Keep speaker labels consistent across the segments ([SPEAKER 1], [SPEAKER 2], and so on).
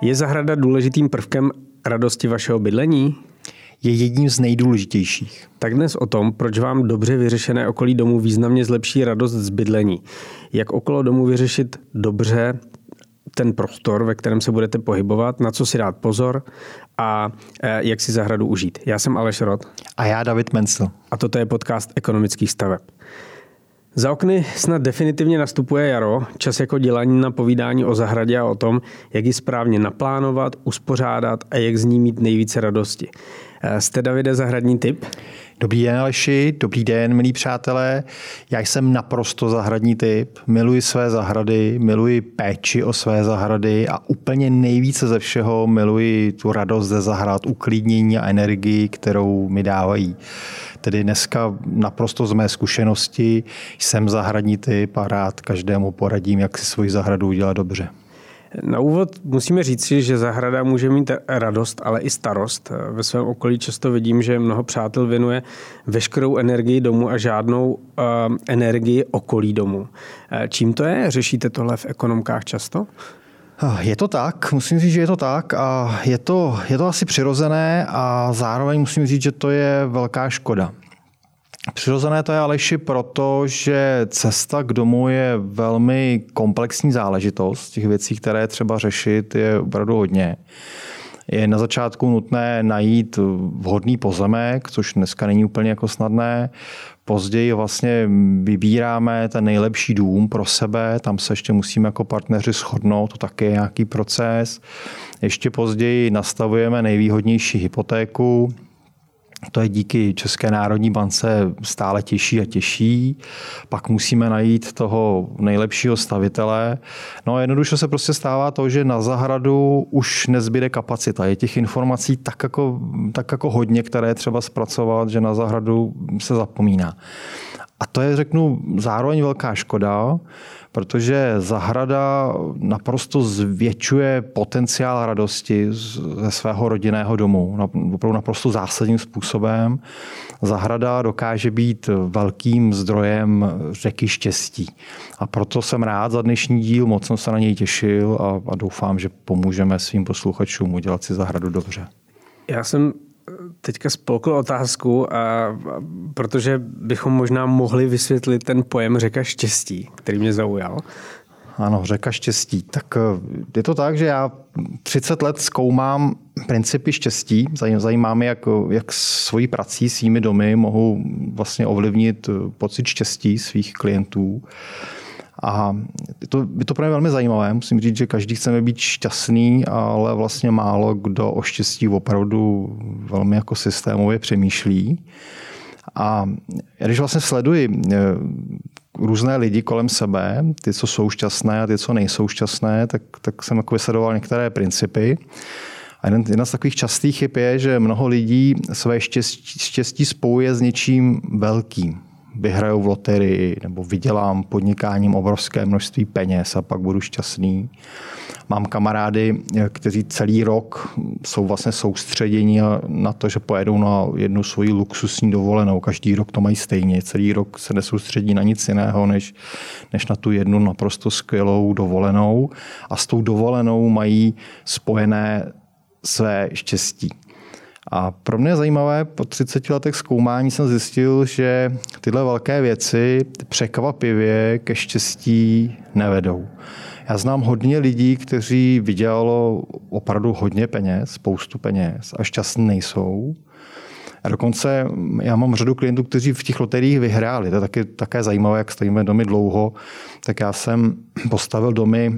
[SPEAKER 1] Je zahrada důležitým prvkem radosti vašeho bydlení?
[SPEAKER 2] Je jedním z nejdůležitějších.
[SPEAKER 1] Tak dnes o tom, proč vám dobře vyřešené okolí domu významně zlepší radost z bydlení. Jak okolo domu vyřešit dobře ten prostor, ve kterém se budete pohybovat, na co si dát pozor a jak si zahradu užít. Já jsem Aleš Rod.
[SPEAKER 2] A já David Mencl.
[SPEAKER 1] A toto je podcast ekonomických staveb. Za okny snad definitivně nastupuje jaro, čas jako dělání na povídání o zahradě a o tom, jak ji správně naplánovat, uspořádat a jak z ní mít nejvíce radosti. Jste, Davide, zahradní typ?
[SPEAKER 2] Dobrý den, Aleši, dobrý den, milí přátelé. Já jsem naprosto zahradní typ, miluji své zahrady, miluji péči o své zahrady a úplně nejvíce ze všeho miluji tu radost ze zahrad, uklidnění a energii, kterou mi dávají. Tedy dneska naprosto z mé zkušenosti jsem zahradní typ a rád každému poradím, jak si svoji zahradu udělat dobře.
[SPEAKER 1] Na úvod musíme říci, že zahrada může mít radost, ale i starost. Ve svém okolí často vidím, že mnoho přátel věnuje veškerou energii domu a žádnou energii okolí domu. Čím to je? Řešíte tohle v ekonomkách často?
[SPEAKER 2] Je to tak, musím říct, že je to tak a je to asi přirozené a zároveň musím říct, že to je velká škoda. Přirozené to je, Aleši, protože cesta k domu je velmi komplexní záležitost. Těch věcí, které třeba řešit, je opravdu hodně. Je na začátku nutné najít vhodný pozemek, což dneska není úplně jako snadné. Později vlastně vybíráme ten nejlepší dům pro sebe, tam se ještě musíme jako partneři shodnout, to taky je nějaký proces. Ještě později nastavujeme nejvýhodnější hypotéku. To je díky České národní bance stále těžší a těžší. Pak musíme najít toho nejlepšího stavitele. No a jednoduše se prostě stává to, že na zahradu už nezbyde kapacita. Je těch informací tak jako hodně, které je třeba zpracovat, že na zahradu se zapomíná. A to je, řeknu, zároveň velká škoda, protože zahrada naprosto zvětšuje potenciál radosti ze svého rodinného domu. Opravdu naprosto zásadním způsobem. Zahrada dokáže být velkým zdrojem řeky štěstí. A proto jsem rád za dnešní díl, moc jsem se na něj těšil a doufám, že pomůžeme svým posluchačům udělat si zahradu dobře.
[SPEAKER 1] Já jsem teďka spolkl otázku, protože bychom možná mohli vysvětlit ten pojem řeka štěstí, který mě zaujal.
[SPEAKER 2] Ano, řeka štěstí. Tak je to tak, že já 30 let zkoumám principy štěstí. Zajímá mě, jak svojí prací, svými domy mohu vlastně ovlivnit pocit štěstí svých klientů. A je to pro mě velmi zajímavé. Musím říct, že každý chceme být šťastný, ale vlastně málo kdo o štěstí opravdu velmi jako systémově přemýšlí. A když vlastně sleduji různé lidi kolem sebe, ty, co jsou šťastné a ty, co nejsou šťastné, tak jsem jako vysledoval některé principy. A jedna z takových častých chyb je, že mnoho lidí své štěstí spojuje s něčím velkým. Vyhraju v loterii nebo vydělám podnikáním obrovské množství peněz a pak budu šťastný. Mám kamarády, kteří celý rok jsou vlastně soustředěni na to, že pojedou na jednu svoji luxusní dovolenou. Každý rok to mají stejně. Celý rok se nesoustředí na nic jiného, než na tu jednu naprosto skvělou dovolenou. A s tou dovolenou mají spojené své štěstí. A pro mě je zajímavé, po 30 letech zkoumání jsem zjistil, že tyhle velké věci překvapivě ke štěstí nevedou. Já znám hodně lidí, kteří vydělalo opravdu hodně peněz, spoustu peněz a šťastní nejsou. A dokonce já mám řadu klientů, kteří v těch loteriích vyhráli. To je také zajímavé, jak stavíme domy dlouho. Tak já jsem postavil domy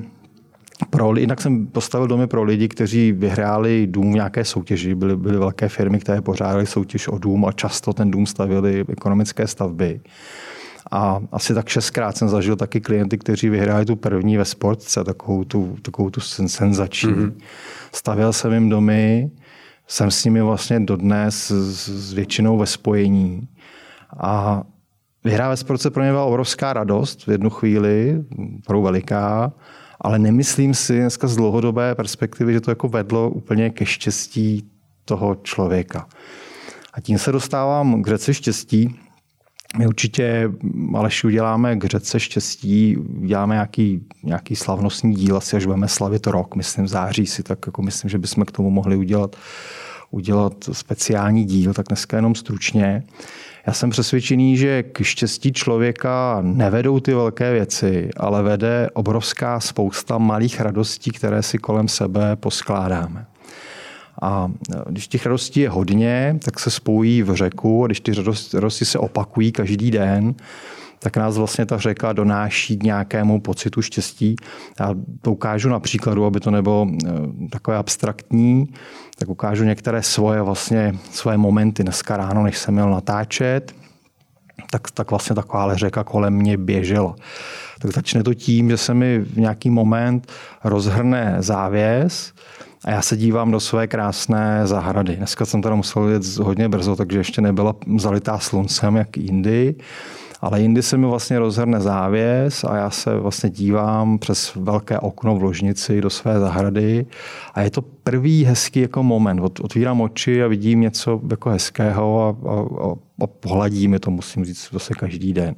[SPEAKER 2] pro lidi, kteří vyhráli dům v nějaké soutěži. Byly velké firmy, které pořádaly soutěž o dům a často ten dům stavili ekonomické stavby. A asi tak 6krát jsem zažil taky klienty, kteří vyhráli tu první ve sportce, takovou tu senzační. Mm-hmm. Stavěl jsem jim domy, jsem s nimi vlastně dodnes s většinou ve spojení. A vyhrát ve sportce pro mě byla obrovská radost v jednu chvíli, opravdu veliká, ale nemyslím si dneska z dlouhodobé perspektivy, že to jako vedlo úplně ke štěstí toho člověka. A tím se dostávám k řece štěstí. My určitě, Aleši, uděláme k řece štěstí, uděláme nějaký slavnostní díl, asi až budeme slavit rok, myslím v září si, tak jako myslím, že bychom k tomu mohli udělat speciální díl, tak dneska jenom stručně. Já jsem přesvědčený, že k štěstí člověka nevedou ty velké věci, ale vede obrovská spousta malých radostí, které si kolem sebe poskládáme. A když těch radostí je hodně, tak se spojí v řeku a když ty radosti se opakují každý den, tak nás vlastně ta řeka donáší k nějakému pocitu štěstí. Já to ukážu na příkladu, aby to nebylo takové abstraktní, tak ukážu některé svoje momenty. Dneska ráno, než jsem měl natáčet, tak vlastně taková řeka kolem mě běžela. Tak začne to tím, že se mi v nějaký moment rozhrne závěs a já se dívám do své krásné zahrady. Dneska jsem teda musel jít hodně brzo, takže ještě nebyla zalitá sluncem, jak jindy. Ale jindy se mi vlastně rozhrne závěs a já se vlastně dívám přes velké okno v ložnici do své zahrady a je to první hezký jako moment. Otvírám oči a vidím něco jako hezkého a pohladí mi to, musím říct, zase každý den.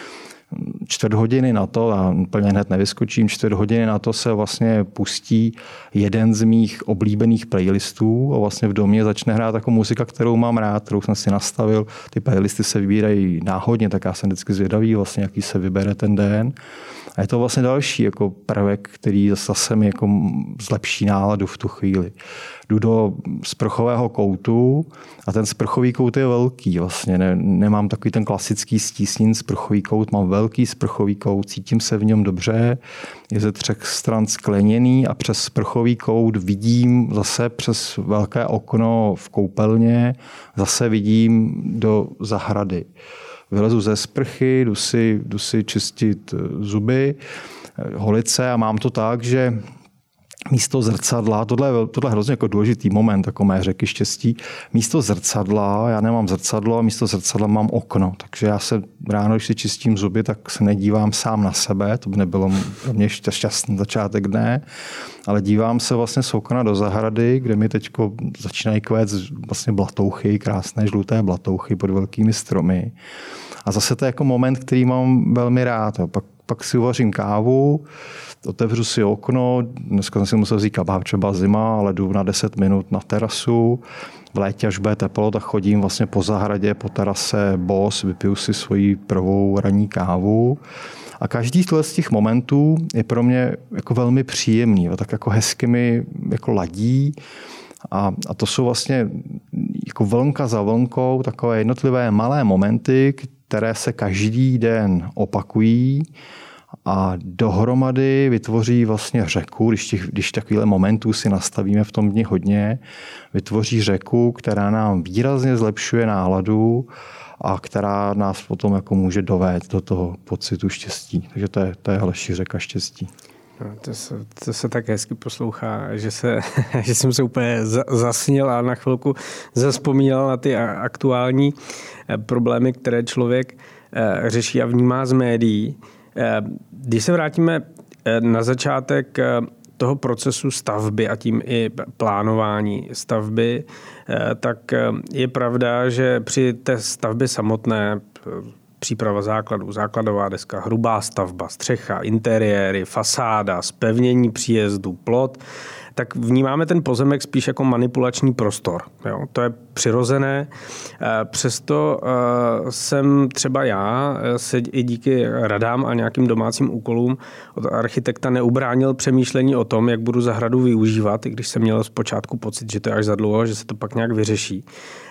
[SPEAKER 2] 4 hodiny na to, a úplně hned nevyskočím, 4 hodiny na to se vlastně pustí jeden z mých oblíbených playlistů a vlastně v domě začne hrát takovou muzika, kterou mám rád, kterou jsem si nastavil. Ty playlisty se vybírají náhodně, tak já jsem vždycky zvědavý, vlastně, jaký se vybere ten den. A je to vlastně další jako prvek, který zase mi jako zlepší náladu v tu chvíli. Jdu do sprchového koutu a ten sprchový kout je velký. Vlastně nemám takový ten klasický stísněný sprchový kout, mám velký sprchový kout, cítím se v něm dobře, je ze 3 stran skleněný a přes sprchový kout vidím zase přes velké okno v koupelně, zase vidím do zahrady. Vylezu ze sprchy, jdu si čistit zuby, holice a mám to tak, že místo zrcadla, tohle je hrozně jako důležitý moment, jako mé řeky štěstí, místo zrcadla, já nemám zrcadlo a místo zrcadla mám okno, takže já se ráno, když si čistím zuby, tak se nedívám sám na sebe, to by nebylo pro mě šťastný začátek dne, ale dívám se vlastně z okna do zahrady, kde mi teď začínají kvést vlastně blatouchy, krásné žluté blatouchy pod velkými stromy. A zase to je jako moment, který mám velmi rád. Pak si uvařím kávu, otevřu si okno, dneska jsem si musel vzít kabát, třeba zima, ale jdu na 10 minut na terasu. V létě, až bude teplo, tak chodím vlastně po zahradě, po terase bos, vypiju si svoji prvou ranní kávu. A každý z těch momentů je pro mě jako velmi příjemný, tak jako hezky mi jako ladí. A to jsou vlastně jako vlnka za vlnkou takové jednotlivé malé momenty, které se každý den opakují a dohromady vytvoří vlastně řeku, když takovýhle momentů si nastavíme v tom dni hodně, vytvoří řeku, která nám výrazně zlepšuje náladu a která nás potom jako může dovést do toho pocitu štěstí. Takže to je Aleši řeka štěstí.
[SPEAKER 1] No, to se tak hezky poslouchá, že jsem se úplně zasnil a na chvilku zavzpomínal na ty aktuální problémy, které člověk řeší a vnímá z médií. Když se vrátíme na začátek toho procesu stavby a tím i plánování stavby, tak je pravda, že při té stavbě samotné příprava základů, základová deska, hrubá stavba, střecha, interiéry, fasáda, zpevnění příjezdu, plot, tak vnímáme ten pozemek spíš jako manipulační prostor. Jo? To je přirozené. Přesto jsem třeba já se i díky radám a nějakým domácím úkolům od architekta neubránil přemýšlení o tom, jak budu zahradu využívat, i když jsem měl zpočátku pocit, že to je až za dlouho, že se to pak nějak vyřeší.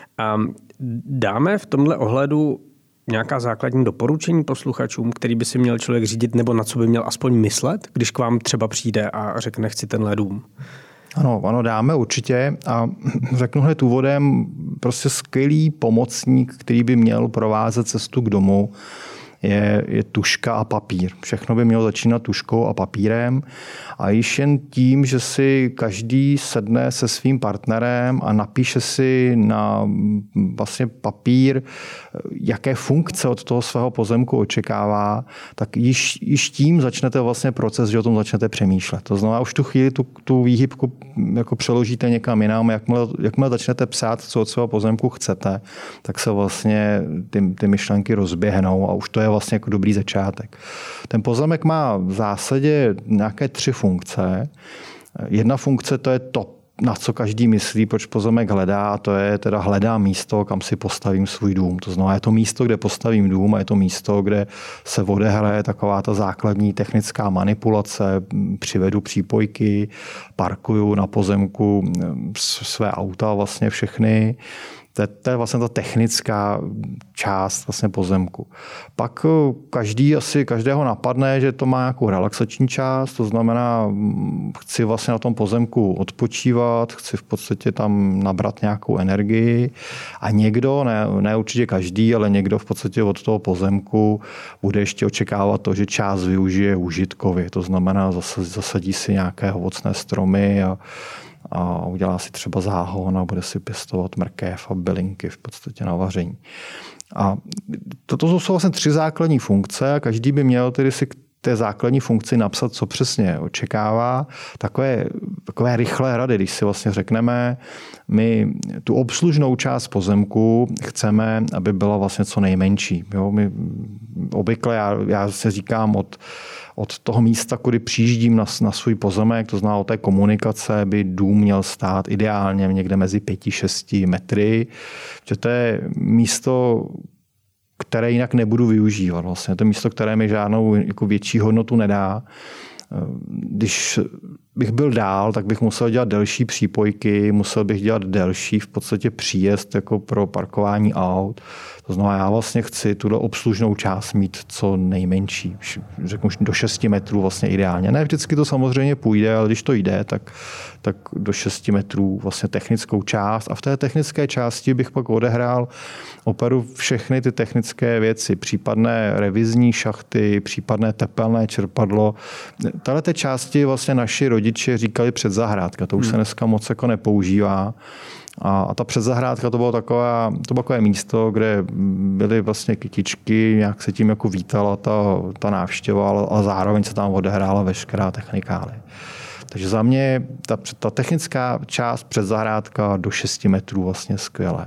[SPEAKER 1] Dáme v tomhle ohledu nějaká základní doporučení posluchačům, který by si měl člověk řídit, nebo na co by měl aspoň myslet, když k vám třeba přijde a řekne, chci tenhle dům?
[SPEAKER 2] Ano, dáme určitě a řeknu hned úvodem, prostě skvělý pomocník, který by měl provázet cestu k domu, je tužka a papír. Všechno by mělo začínat tužkou a papírem a již jen tím, že si každý sedne se svým partnerem a napíše si na vlastně papír, jaké funkce od toho svého pozemku očekává, tak již tím začnete vlastně proces, že o tom začnete přemýšlet. To znamená, už tu chvíli tu výhybku jako přeložíte někam jinam, jakmile začnete psát, co od svého pozemku chcete, tak se vlastně ty myšlenky rozběhnou a už to je vlastně jako dobrý začátek. Ten pozemek má v zásadě nějaké 3 funkce. Jedna funkce to je to, na co každý myslí, proč pozemek hledá, a to je teda hledá místo, kam si postavím svůj dům. To znamená, je to místo, kde postavím dům a je to místo, kde se odehraje taková ta základní technická manipulace, přivedu přípojky, parkuju na pozemku své auta vlastně všechny. To je vlastně ta technická část vlastně pozemku. Pak každého napadne, že to má nějakou relaxační část, to znamená, chci vlastně na tom pozemku odpočívat, chci v podstatě tam nabrat nějakou energii a někdo, ne určitě každý, ale někdo v podstatě od toho pozemku bude ještě očekávat to, že část využije užitkově, to znamená, zasadí si nějaké ovocné stromy a udělá si třeba záhon a bude si pěstovat mrkev a bylinky v podstatě na vaření. A toto jsou vlastně 3 základní funkce a každý by měl tedy si k té základní funkci napsat, co přesně očekává. Takové rychlé rady, když si vlastně řekneme, my tu obslužnou část pozemku chceme, aby byla vlastně co nejmenší. Jo? Obvykle já se říkám od toho místa, kudy přijíždím na svůj pozemek, to znamená od té komunikace, by dům měl stát ideálně někde mezi 5-6 metry. Že to je místo, které jinak nebudu využívat. Vlastně to je místo, které mi žádnou jako větší hodnotu nedá. Když bych byl dál, tak bych musel dělat delší přípojky, musel bych dělat delší v podstatě příjezd jako pro parkování aut. To znamená, já vlastně chci tuhle obslužnou část mít co nejmenší. Řeknu do 6 metrů vlastně ideálně. Ne vždycky to samozřejmě půjde, ale když to jde, tak do 6 metrů vlastně technickou část. A v té technické části bych pak odehrál opravdu všechny ty technické věci, případné revizní šachty, případné tepelné čerpadlo. Tahle té části vlastně naši rodiče říkali předzahrádka. To už se dneska moc jako nepoužívá. A ta předzahrádka to bylo takové místo, kde byly vlastně kytičky, nějak se tím jako vítala ta návštěva, a zároveň se tam odehrála veškerá technikálie. Takže za mě ta technická část předzahrádka do 6 metrů vlastně skvělé.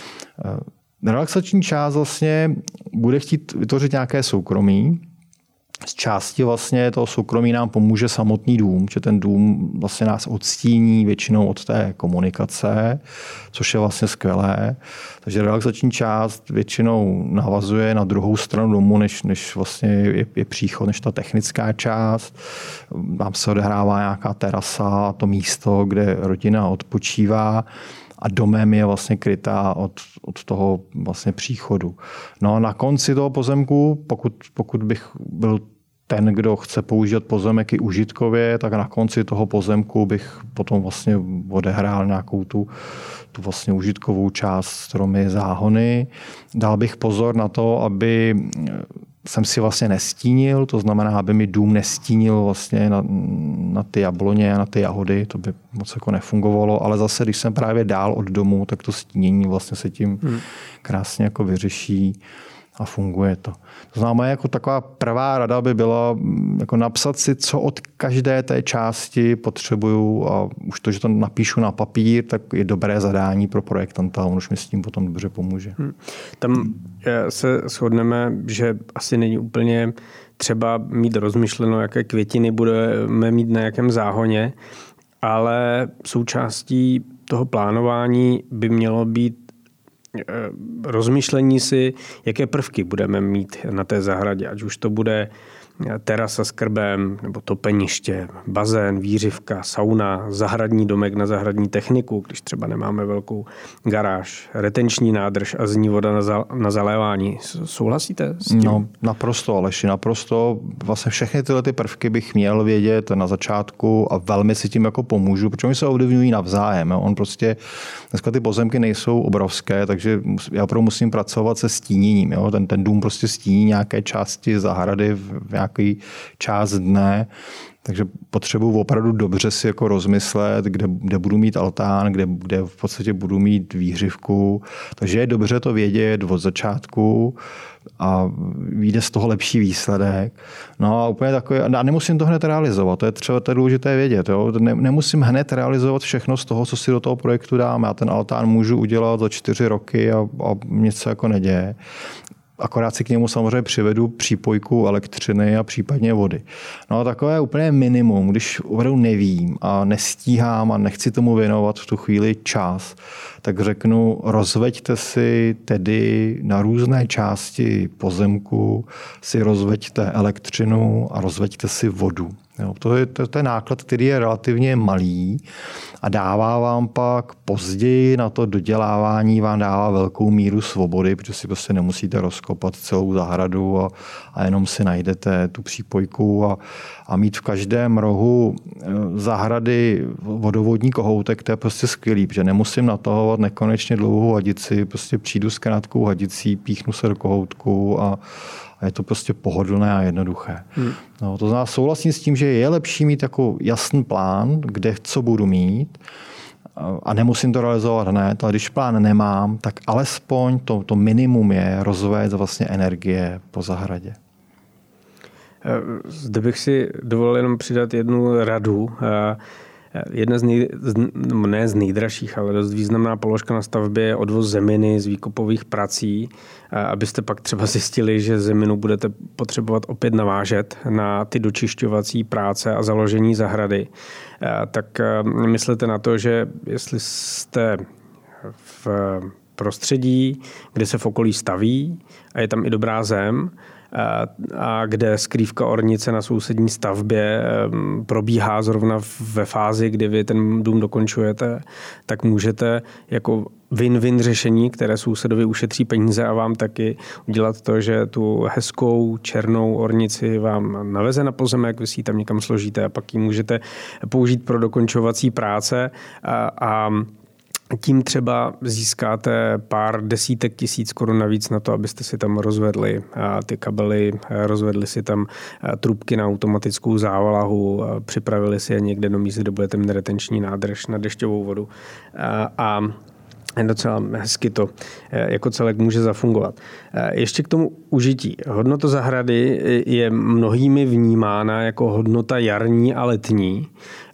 [SPEAKER 2] Relaxační část vlastně bude chtít vytvořit nějaké soukromí. Z části vlastně toho soukromí nám pomůže samotný dům, že ten dům vlastně nás odstíní většinou od té komunikace, což je vlastně skvělé. Takže relaxační část většinou navazuje na druhou stranu domu, než vlastně je příchod, než ta technická část. Tam se odehrává nějaká terasa, to místo, kde rodina odpočívá. A domem je vlastně krytá od toho vlastně příchodu. No a na konci toho pozemku, pokud bych byl ten, kdo chce používat pozemek i užitkově, tak na konci toho pozemku bych potom vlastně odehrál nějakou tu vlastně užitkovou část, stromy, záhony. Dal bych pozor na to, aby jsem si vlastně nestínil, to znamená, aby mi dům nestínil vlastně na ty jabloně a na ty jahody, to by moc jako nefungovalo, ale zase, když jsem právě dál od domu, tak to stínění vlastně se tím krásně jako vyřeší a funguje to. To znamená, jako taková prvá rada by byla jako napsat si, co od každé té části potřebuju, a už to, že to napíšu na papír, tak je dobré zadání pro projektanta a on už mi s tím potom dobře pomůže.
[SPEAKER 1] Tam se shodneme, že asi není úplně třeba mít rozmyšleno, jaké květiny budeme mít na jakém záhoně, ale součástí toho plánování by mělo být rozmyšlení si, jaké prvky budeme mít na té zahradě. Ať už to bude terasa s krbem nebo topeniště, bazén, vířivka, sauna, zahradní domek na zahradní techniku, když třeba nemáme velkou garáž, retenční nádrž a zní voda na zalévání. Souhlasíte s tím?
[SPEAKER 2] No, naprosto, Aleši, naprosto. Vlastně všechny tyhle ty prvky bych měl vědět na začátku a velmi si tím jako pomůžu, protože oni se ovlivňují navzájem. On prostě, dneska ty pozemky nejsou obrovské, takže já opravdu musím pracovat se stíněním. Jo? Ten dům prostě stíní nějaké části zahrady v nějaký část dne, takže potřebuji opravdu dobře si jako rozmyslet, kde budu mít altán, kde v podstatě budu mít výhřivku. Takže je dobře to vědět od začátku a vyjde z toho lepší výsledek. No a úplně takový, a nemusím to hned realizovat, to je třeba důležité vědět. Jo? Nemusím hned realizovat všechno z toho, co si do toho projektu dám. Já ten altán můžu udělat za 4 roky a nic se jako neděje. Akorát si k němu samozřejmě přivedu přípojku elektřiny a případně vody. No a takové úplně minimum, když opravdu nevím a nestíhám a nechci tomu věnovat v tu chvíli čas, tak řeknu, rozveďte si tedy na různé části pozemku, si rozveďte elektřinu a rozveďte si vodu. Jo, to je náklad, který je relativně malý a dává vám pak později na to dodělávání vám dává velkou míru svobody, protože si prostě nemusíte rozkopat celou zahradu a jenom si najdete tu přípojku a mít v každém rohu zahrady vodovodní kohoutek, to je prostě skvělý, protože nemusím natahovat nekonečně dlouhou hadici, prostě přijdu s krátkou hadicí, píchnu se do kohoutku a je to prostě pohodlné a jednoduché. No, to znamená, souhlasím s tím, že je lepší mít jako jasný plán, kde co budu mít a nemusím to realizovat hned, ale když plán nemám, tak alespoň to minimum je rozvést vlastně energie po zahradě.
[SPEAKER 1] Zde bych si dovolil jenom přidat jednu radu. Jedna ne z nejdražších, ale dost významná položka na stavbě je odvoz zeminy z výkopových prací, abyste pak třeba zjistili, že zeminu budete potřebovat opět navážet na ty dočišťovací práce a založení zahrady. Tak myslete na to, že jestli jste v prostředí, kde se v okolí staví a je tam i dobrá zem, a kde skrývka ornice na sousední stavbě probíhá zrovna ve fázi, kdy vy ten dům dokončujete, tak můžete jako win-win řešení, které sousedovi ušetří peníze a vám taky udělat to, že tu hezkou černou ornici vám naveze na pozemek, vy si ji tam někam složíte a pak ji můžete použít pro dokončovací práce a tím třeba získáte pár desítek tisíc korun navíc na to, abyste si tam rozvedli ty kabely, rozvedli si tam trubky na automatickou závalahu, připravili si je někde do místa, kde budete mít retenční nádrž na dešťovou vodu. A docela hezky to jako celek může zafungovat. Ještě k tomu užití. Hodnota zahrady je mnohými vnímána jako hodnota jarní a letní.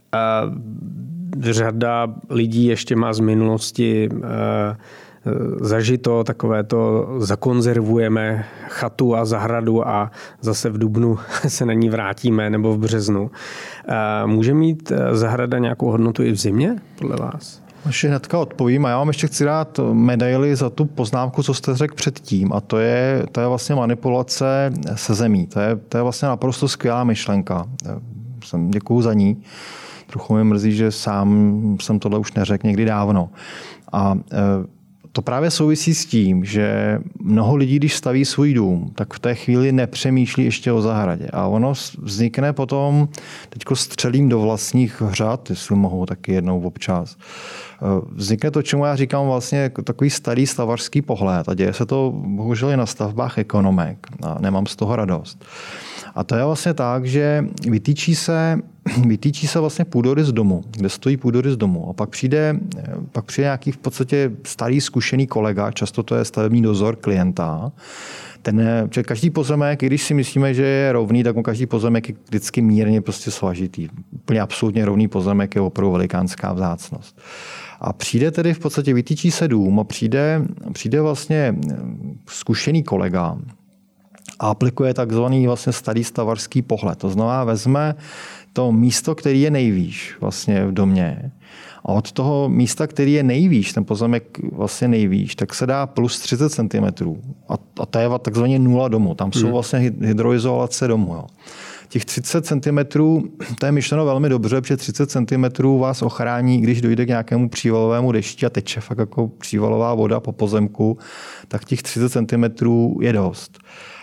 [SPEAKER 1] Řada lidí ještě má z minulosti zažito takové to zakonzervujeme chatu a zahradu a zase v dubnu se na ní vrátíme nebo v březnu. Může mít zahrada nějakou hodnotu i v zimě podle vás?
[SPEAKER 2] Ještě hnedka odpovím a já vám ještě chci dát medaili za tu poznámku, co jste řekl předtím a to je vlastně manipulace se zemí. To je vlastně naprosto skvělá myšlenka. Děkuju za ní. Trochu mě mrzí, že sám jsem tohle už neřekl někdy dávno. A to právě souvisí s tím, že mnoho lidí, když staví svůj dům, tak v té chvíli nepřemýšlí ještě o zahradě. A ono vznikne potom, teďko střelím do vlastních řad, jestli mohu taky jednou občas, vznikne to, čemu já říkám vlastně takový starý stavařský pohled. A děje se to bohužel i na stavbách ekonomek. A nemám z toho radost. A to je vlastně tak, že vytýčí se vlastně půdorys domu, kde stojí půdorys domu. A pak přijde nějaký v podstatě starý zkušený kolega, často to je stavební dozor klienta. Každý pozemek, i když si myslíme, že je rovný, tak každý pozemek je vždycky mírně prostě svažitý. Úplně absolutně rovný pozemek je opravdu velikánská vzácnost. A přijde tedy v podstatě, vytýčí se dům a přijde vlastně zkušený kolega a aplikuje takzvaný vlastně starý stavařský pohled. To znamená, vezme to místo, který je nejvýš vlastně v domě. A od toho místa, který je nejvýš, ten pozemek vlastně nejvýš, tak se dá plus 30 cm. A to je takzvaně nula domu. Tam jsou vlastně hydroizolace domu. Jo. Těch 30 cm, to je myšleno velmi dobře, protože 30 cm vás ochrání, když dojde k nějakému přívalovému dešti a teče fakt jako přívalová voda po pozemku, tak těch 30 cm je dost.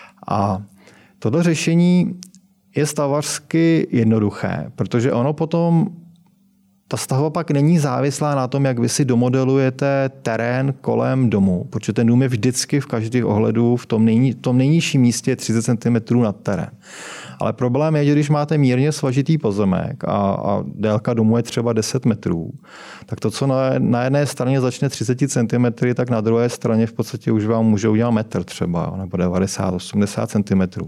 [SPEAKER 2] A tohle řešení je stavařsky jednoduché, protože ono potom, ta stavba pak není závislá na tom, jak vy si domodelujete terén kolem domu, protože ten dům je vždycky v každém ohledu v tom nejnižším místě 30 cm nad terén. Ale problém je, že když máte mírně svažitý pozemek a délka domu je třeba 10 metrů, tak to, co na jedné straně začne 30 cm, tak na druhé straně v podstatě už vám může udělat metr třeba, nebo 90-80 cm.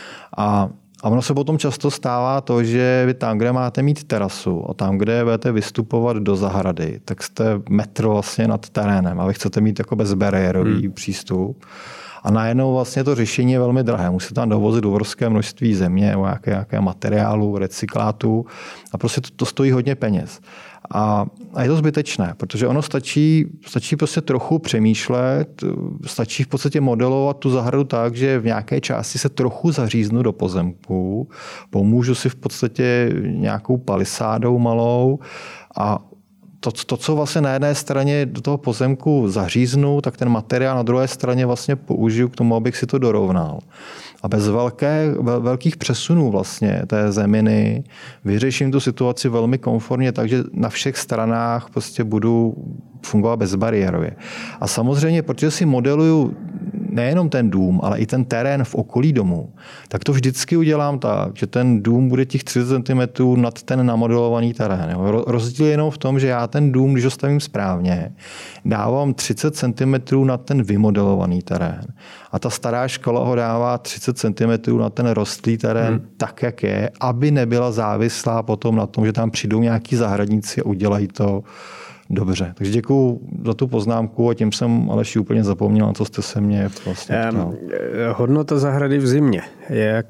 [SPEAKER 2] A ono se potom často stává to, že vy tam, kde máte mít terasu a tam, kde budete vystupovat do zahrady, tak jste metr vlastně nad terénem a vy chcete mít jako bezbariérový přístup. A najednou vlastně to řešení je velmi drahé. Musíte tam dovozit obrovské množství země, nějaké materiálu, recyklátu a prostě to stojí hodně peněz. A je to zbytečné, protože ono stačí prostě trochu přemýšlet, stačí v podstatě modelovat tu zahradu tak, že v nějaké části se trochu zaříznu do pozemku, pomůžu si v podstatě nějakou palisádou malou a to, co vlastně na jedné straně do toho pozemku zaříznu, tak ten materiál na druhé straně vlastně použiju k tomu, abych si to dorovnal. A bez velkých přesunů vlastně té zeminy vyřeším tu situaci velmi komfortně, takže na všech stranách prostě budu fungovat bezbariérově. A samozřejmě, protože si modeluju nejenom ten dům, ale i ten terén v okolí domu, tak to vždycky udělám tak, že ten dům bude těch 30 cm nad ten namodelovaný terén. Rozdíl je jenom v tom, že já ten dům, když ho stavím správně, dávám 30 cm nad ten vymodelovaný terén. A ta stará škola ho dává 30 cm na ten rostlý terén tak, jak je, aby nebyla závislá potom na tom, že tam přijdou nějaký zahradníci a udělají to dobře. Takže děkuju za tu poznámku a tím jsem Aleši úplně zapomněl, na co jste se mě vlastně ptal.
[SPEAKER 1] Hodnota zahrady v zimě. Jak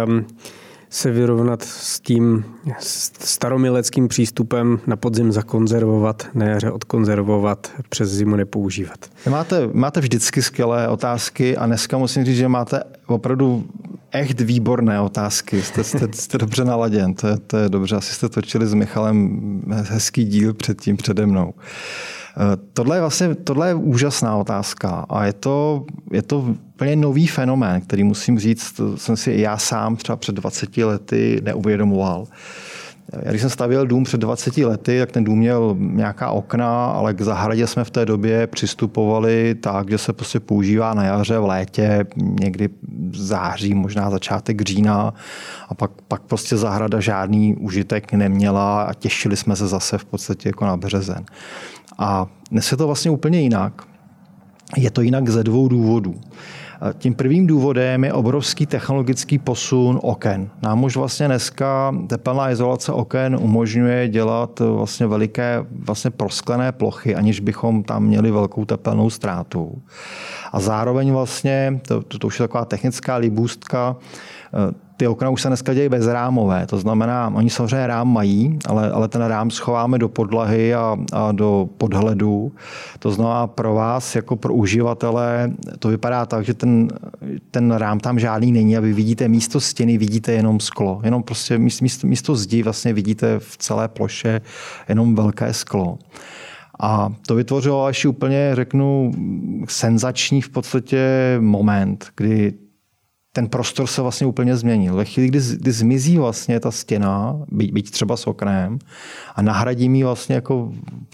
[SPEAKER 1] se vyrovnat s tím staromileckým přístupem na podzim zakonzervovat, na jaře odkonzervovat, přes zimu nepoužívat?
[SPEAKER 2] Máte vždycky skvělé otázky a dneska musím říct, že máte opravdu echt výborné otázky. Jste dobře naladěn. To je dobře. Asi jste točili s Michalem hezký díl předtím přede mnou. Tohle je úžasná otázka a je to úplně nový fenomén, který musím říct, jsem si já sám třeba před 20 lety neuvědomoval. Když jsem stavěl dům před 20 lety, tak ten dům měl nějaká okna, ale k zahradě jsme v té době přistupovali tak, že se prostě používá na jaře, v létě, někdy v září, možná začátek října a pak prostě zahrada žádný užitek neměla a těšili jsme se zase v podstatě jako na březen. A dnes je to vlastně úplně jinak. Je to jinak ze dvou důvodů. Tím prvním důvodem je obrovský technologický posun oken. Nám už vlastně dneska tepelná izolace oken umožňuje dělat vlastně veliké vlastně prosklené plochy, aniž bychom tam měli velkou tepelnou ztrátu. A zároveň vlastně, to už je taková technická libůstka, ty okna už se dneska dějí bezrámové, to znamená, oni samozřejmě rám mají, ale ten rám schováme do podlahy a do podhledu. To znamená pro vás, jako pro uživatele, to vypadá tak, že ten rám tam žádný není a vy vidíte místo stěny, vidíte jenom sklo. Jenom prostě místo zdi vlastně vidíte v celé ploše jenom velké sklo. A to vytvořilo až úplně, řeknu, senzační v podstatě moment, kdy ten prostor se vlastně úplně změnil. Ve chvíli, kdy zmizí vlastně ta stěna, byť třeba s oknem, a nahradí ji vlastně jako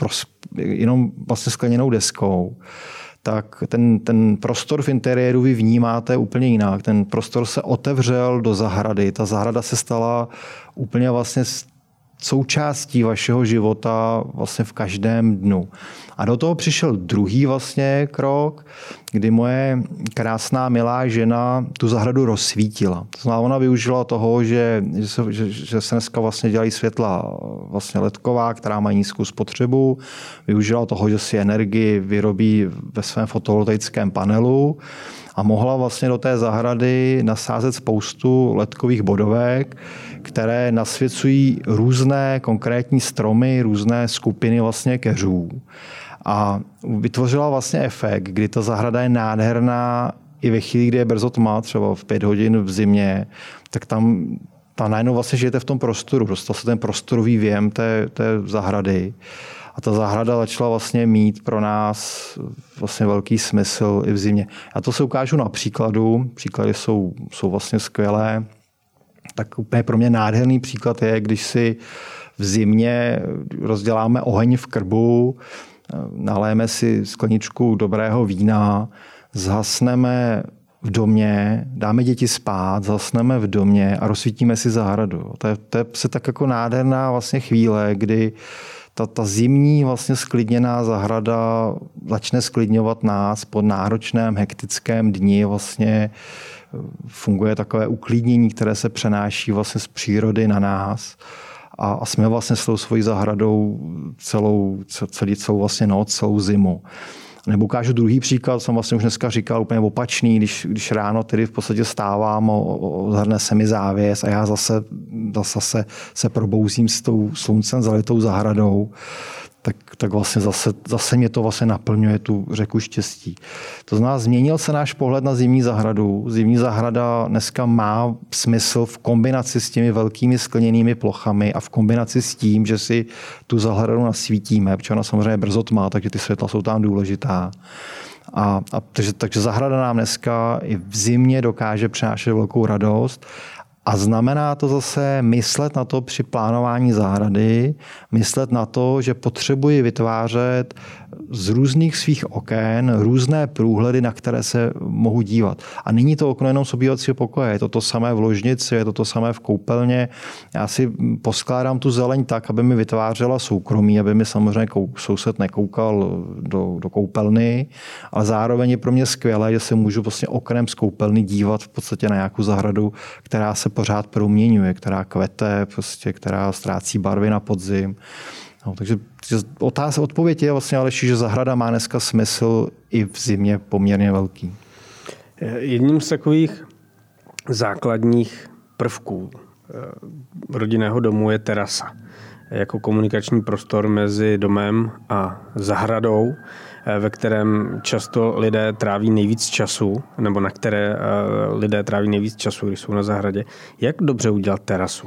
[SPEAKER 2] jenom vlastně skleněnou deskou, tak ten prostor v interiéru vy vnímáte úplně jinak. Ten prostor se otevřel do zahrady. Ta zahrada se stala úplně vlastně součástí vašeho života vlastně v každém dnu. A do toho přišel druhý vlastně krok, kdy moje krásná milá žena tu zahradu rozsvítila. To znamená, ona využila toho, že se dneska vlastně dělají světla vlastně ledková, která mají nízkou spotřebu. Využila toho, že si energii vyrobí ve svém fotovoltaickém panelu. a mohla vlastně do té zahrady nasázet spoustu ledkových bodovek, které nasvěcují různé konkrétní stromy, různé skupiny vlastně keřů. A vytvořila vlastně efekt, kdy ta zahrada je nádherná i ve chvíli, kdy je brzo tma, třeba v 5 hodin v zimě, tak tam najednou vlastně žijete v tom prostoru. Dostal se ten prostorový věm té zahrady. A ta zahrada začala vlastně mít pro nás vlastně velký smysl i v zimě. Já to se ukážu na příkladu. Příklady jsou vlastně skvělé. Tak úplně pro mě nádherný příklad je, když si v zimě rozděláme oheň v krbu, naléjeme si skleničku dobrého vína, zhasneme v domě, dáme děti spát, zhasneme v domě a rozsvítíme si zahradu. To je tak jako nádherná vlastně chvíle, kdy ta zimní vlastně sklidněná zahrada začne sklidňovat nás po náročném, hektickém dni. Vlastně funguje takové uklidnění, které se přenáší vlastně z přírody na nás. A jsme vlastně s tou svojí zahradou celou vlastně noc, celou zimu. Nebo ukážu druhý příklad, jsem vlastně už dneska říkal úplně opačný, když ráno tedy v podstatě stávám, zhrne se mi závěs a já zase se probouzím s tou sluncem zalitou zahradou, tak vlastně zase mě to vlastně naplňuje tu řeku štěstí. To znamená, změnil se náš pohled na zimní zahradu. Zimní zahrada dneska má smysl v kombinaci s těmi velkými skleněnými plochami a v kombinaci s tím, že si tu zahradu nasvítíme, protože ona samozřejmě brzo tmá, takže ty světla jsou tam důležitá. Takže zahrada nám dneska i v zimě dokáže přinášet velkou radost. A znamená to zase myslet na to při plánování zahrady, myslet na to, že potřebuji vytvářet z různých svých oken různé průhledy, na které se mohu dívat. A není to okno jenom z obývacího pokoje, je to to samé v ložnici, je to to samé v koupelně. Já si poskládám tu zeleň tak, aby mi vytvářela soukromí, aby mi samozřejmě soused nekoukal do koupelny, ale zároveň je pro mě skvělé, že se můžu vlastně oknem z koupelny dívat v podstatě na nějakou zahradu, která se pořád proměňuje, která kvete, prostě, která ztrácí barvy na podzim. No, takže odpověď je vlastně, Aleši, že zahrada má dneska smysl i v zimě poměrně velký.
[SPEAKER 1] Jedním z takových základních prvků rodinného domu je terasa. Jako komunikační prostor mezi domem a zahradou, ve kterém často lidé tráví nejvíc času, nebo na které lidé tráví nejvíc času, když jsou na zahradě. Jak dobře udělat terasu?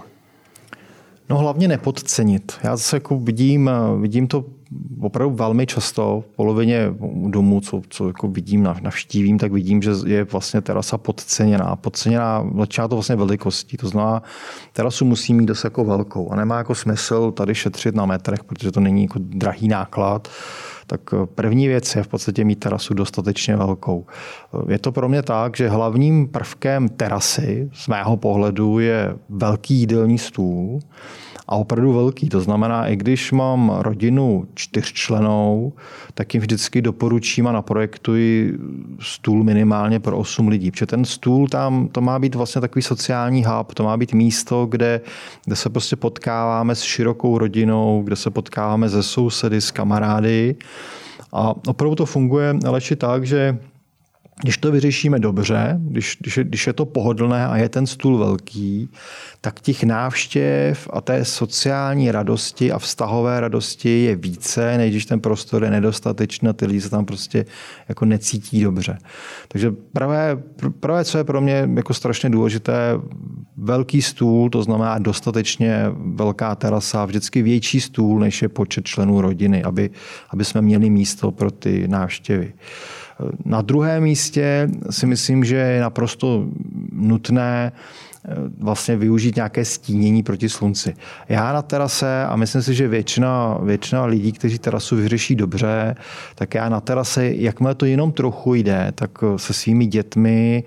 [SPEAKER 2] No hlavně nepodcenit. Já zase jako vidím to opravdu velmi často v polovině domů, co jako vidím, navštívím, tak vidím, že je vlastně terasa podceněná. Začíná to vlastně velikostí. To znamená, terasu musí mít dost jako velkou a nemá jako smysl tady šetřit na metrech, protože to není jako drahý náklad. Tak první věc je v podstatě mít terasu dostatečně velkou. Je to pro mě tak, že hlavním prvkem terasy z mého pohledu je velký jídelní stůl a opravdu velký. To znamená, i když mám rodinu 4člennou, tak jim vždycky doporučím a naprojektuji stůl minimálně pro 8 lidí. Protože ten stůl tam, to má být vlastně takový sociální hub, to má být místo, kde se prostě potkáváme s širokou rodinou, kde se potkáváme se sousedy, s kamarády. A opravdu to funguje, Aleši, tak, že když to vyřešíme dobře, když je to pohodlné a je ten stůl velký, tak těch návštěv a té sociální radosti a vztahové radosti je více, než když ten prostor je nedostatečný a ty lidi se tam prostě jako necítí dobře. Takže pravé, co je pro mě jako strašně důležité, velký stůl, to znamená dostatečně velká terasa, vždycky větší stůl, než je počet členů rodiny, aby jsme měli místo pro ty návštěvy. Na druhém místě si myslím, že je naprosto nutné vlastně využít nějaké stínění proti slunci. Já na terase, a myslím si, že většina lidí, kteří terasu vyřeší dobře, tak já na terase, jakmile to jenom trochu jde, tak se svými dětmi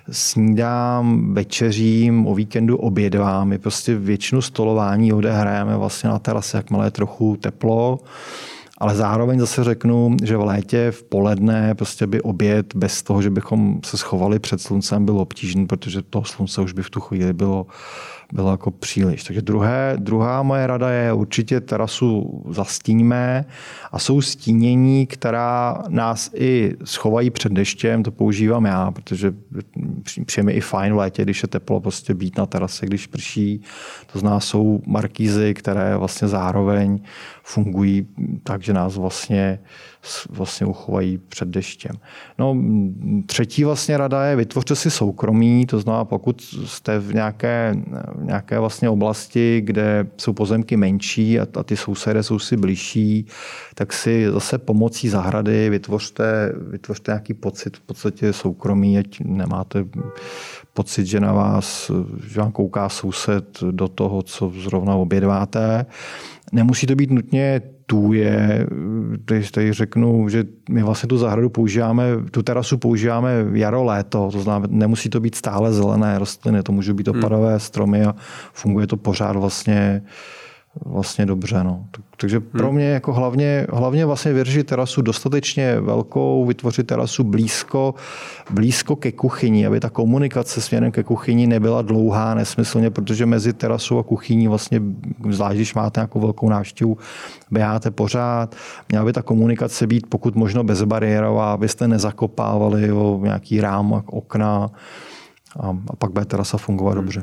[SPEAKER 2] snídám, večeřím, o víkendu obědvám. My prostě většinu stolování odehrajeme vlastně na terase, jakmile je trochu teplo. Ale zároveň zase řeknu, že v létě v poledne prostě by oběd bez toho, že bychom se schovali před sluncem, byl obtížný, protože toho slunce už by v tu chvíli bylo bylo jako příliš. Takže druhá moje rada je určitě terasu zastíníme a jsou stínění, která nás i schovají před deštěm, to používám já, protože přijde mi i fajn v létě, když je teplo, prostě být na terase, když prší. To znamená, jsou markízy, které vlastně zároveň fungují tak, že nás vlastně uchovají před deštěm. No, třetí vlastně rada je vytvořte si soukromí, to znamená, pokud jste v nějaké vlastně oblasti, kde jsou pozemky menší a ty sousedé jsou si bližší, tak si zase pomocí zahrady vytvořte nějaký pocit v podstatě soukromí, ať nemáte pocit, že na vás, že vám kouká soused do toho, co zrovna obědváte. Nemusí to být nutně tůje, když tady řeknu, že my vlastně tu terasu používáme jaro, léto, to znamená, nemusí to být stále zelené rostliny, to můžou být opadavé stromy a funguje to pořád vlastně dobře. No. Takže pro mě jako hlavně vlastně vyřešit terasu dostatečně velkou, vytvořit terasu blízko ke kuchyni, aby ta komunikace směrem ke kuchyni nebyla dlouhá nesmyslně, protože mezi terasou a kuchyní vlastně, zvlášť když máte nějakou velkou návštěvu, běháte pořád. Měla by ta komunikace být pokud možno bezbariérová, abyste nezakopávali o nějaký rám, okna a pak bude terasa fungovat dobře.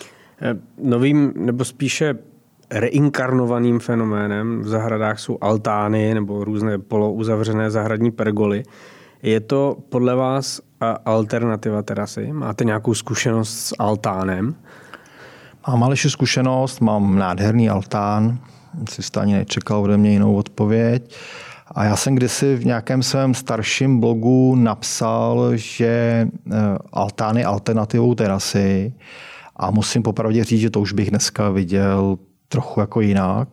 [SPEAKER 1] Novým nebo spíše reinkarnovaným fenoménem v zahradách jsou altány nebo různé polouzavřené zahradní pergoly. Je to podle vás alternativa terasy? Máte nějakou zkušenost s altánem?
[SPEAKER 2] Mám Aleši zkušenost, mám nádherný altán, jste ani nečekal ode mě jinou odpověď. A já jsem kdysi v nějakém svém starším blogu napsal, že altán je alternativou terasy a musím popravdě říct, že to už bych dneska viděl trochu jako jinak.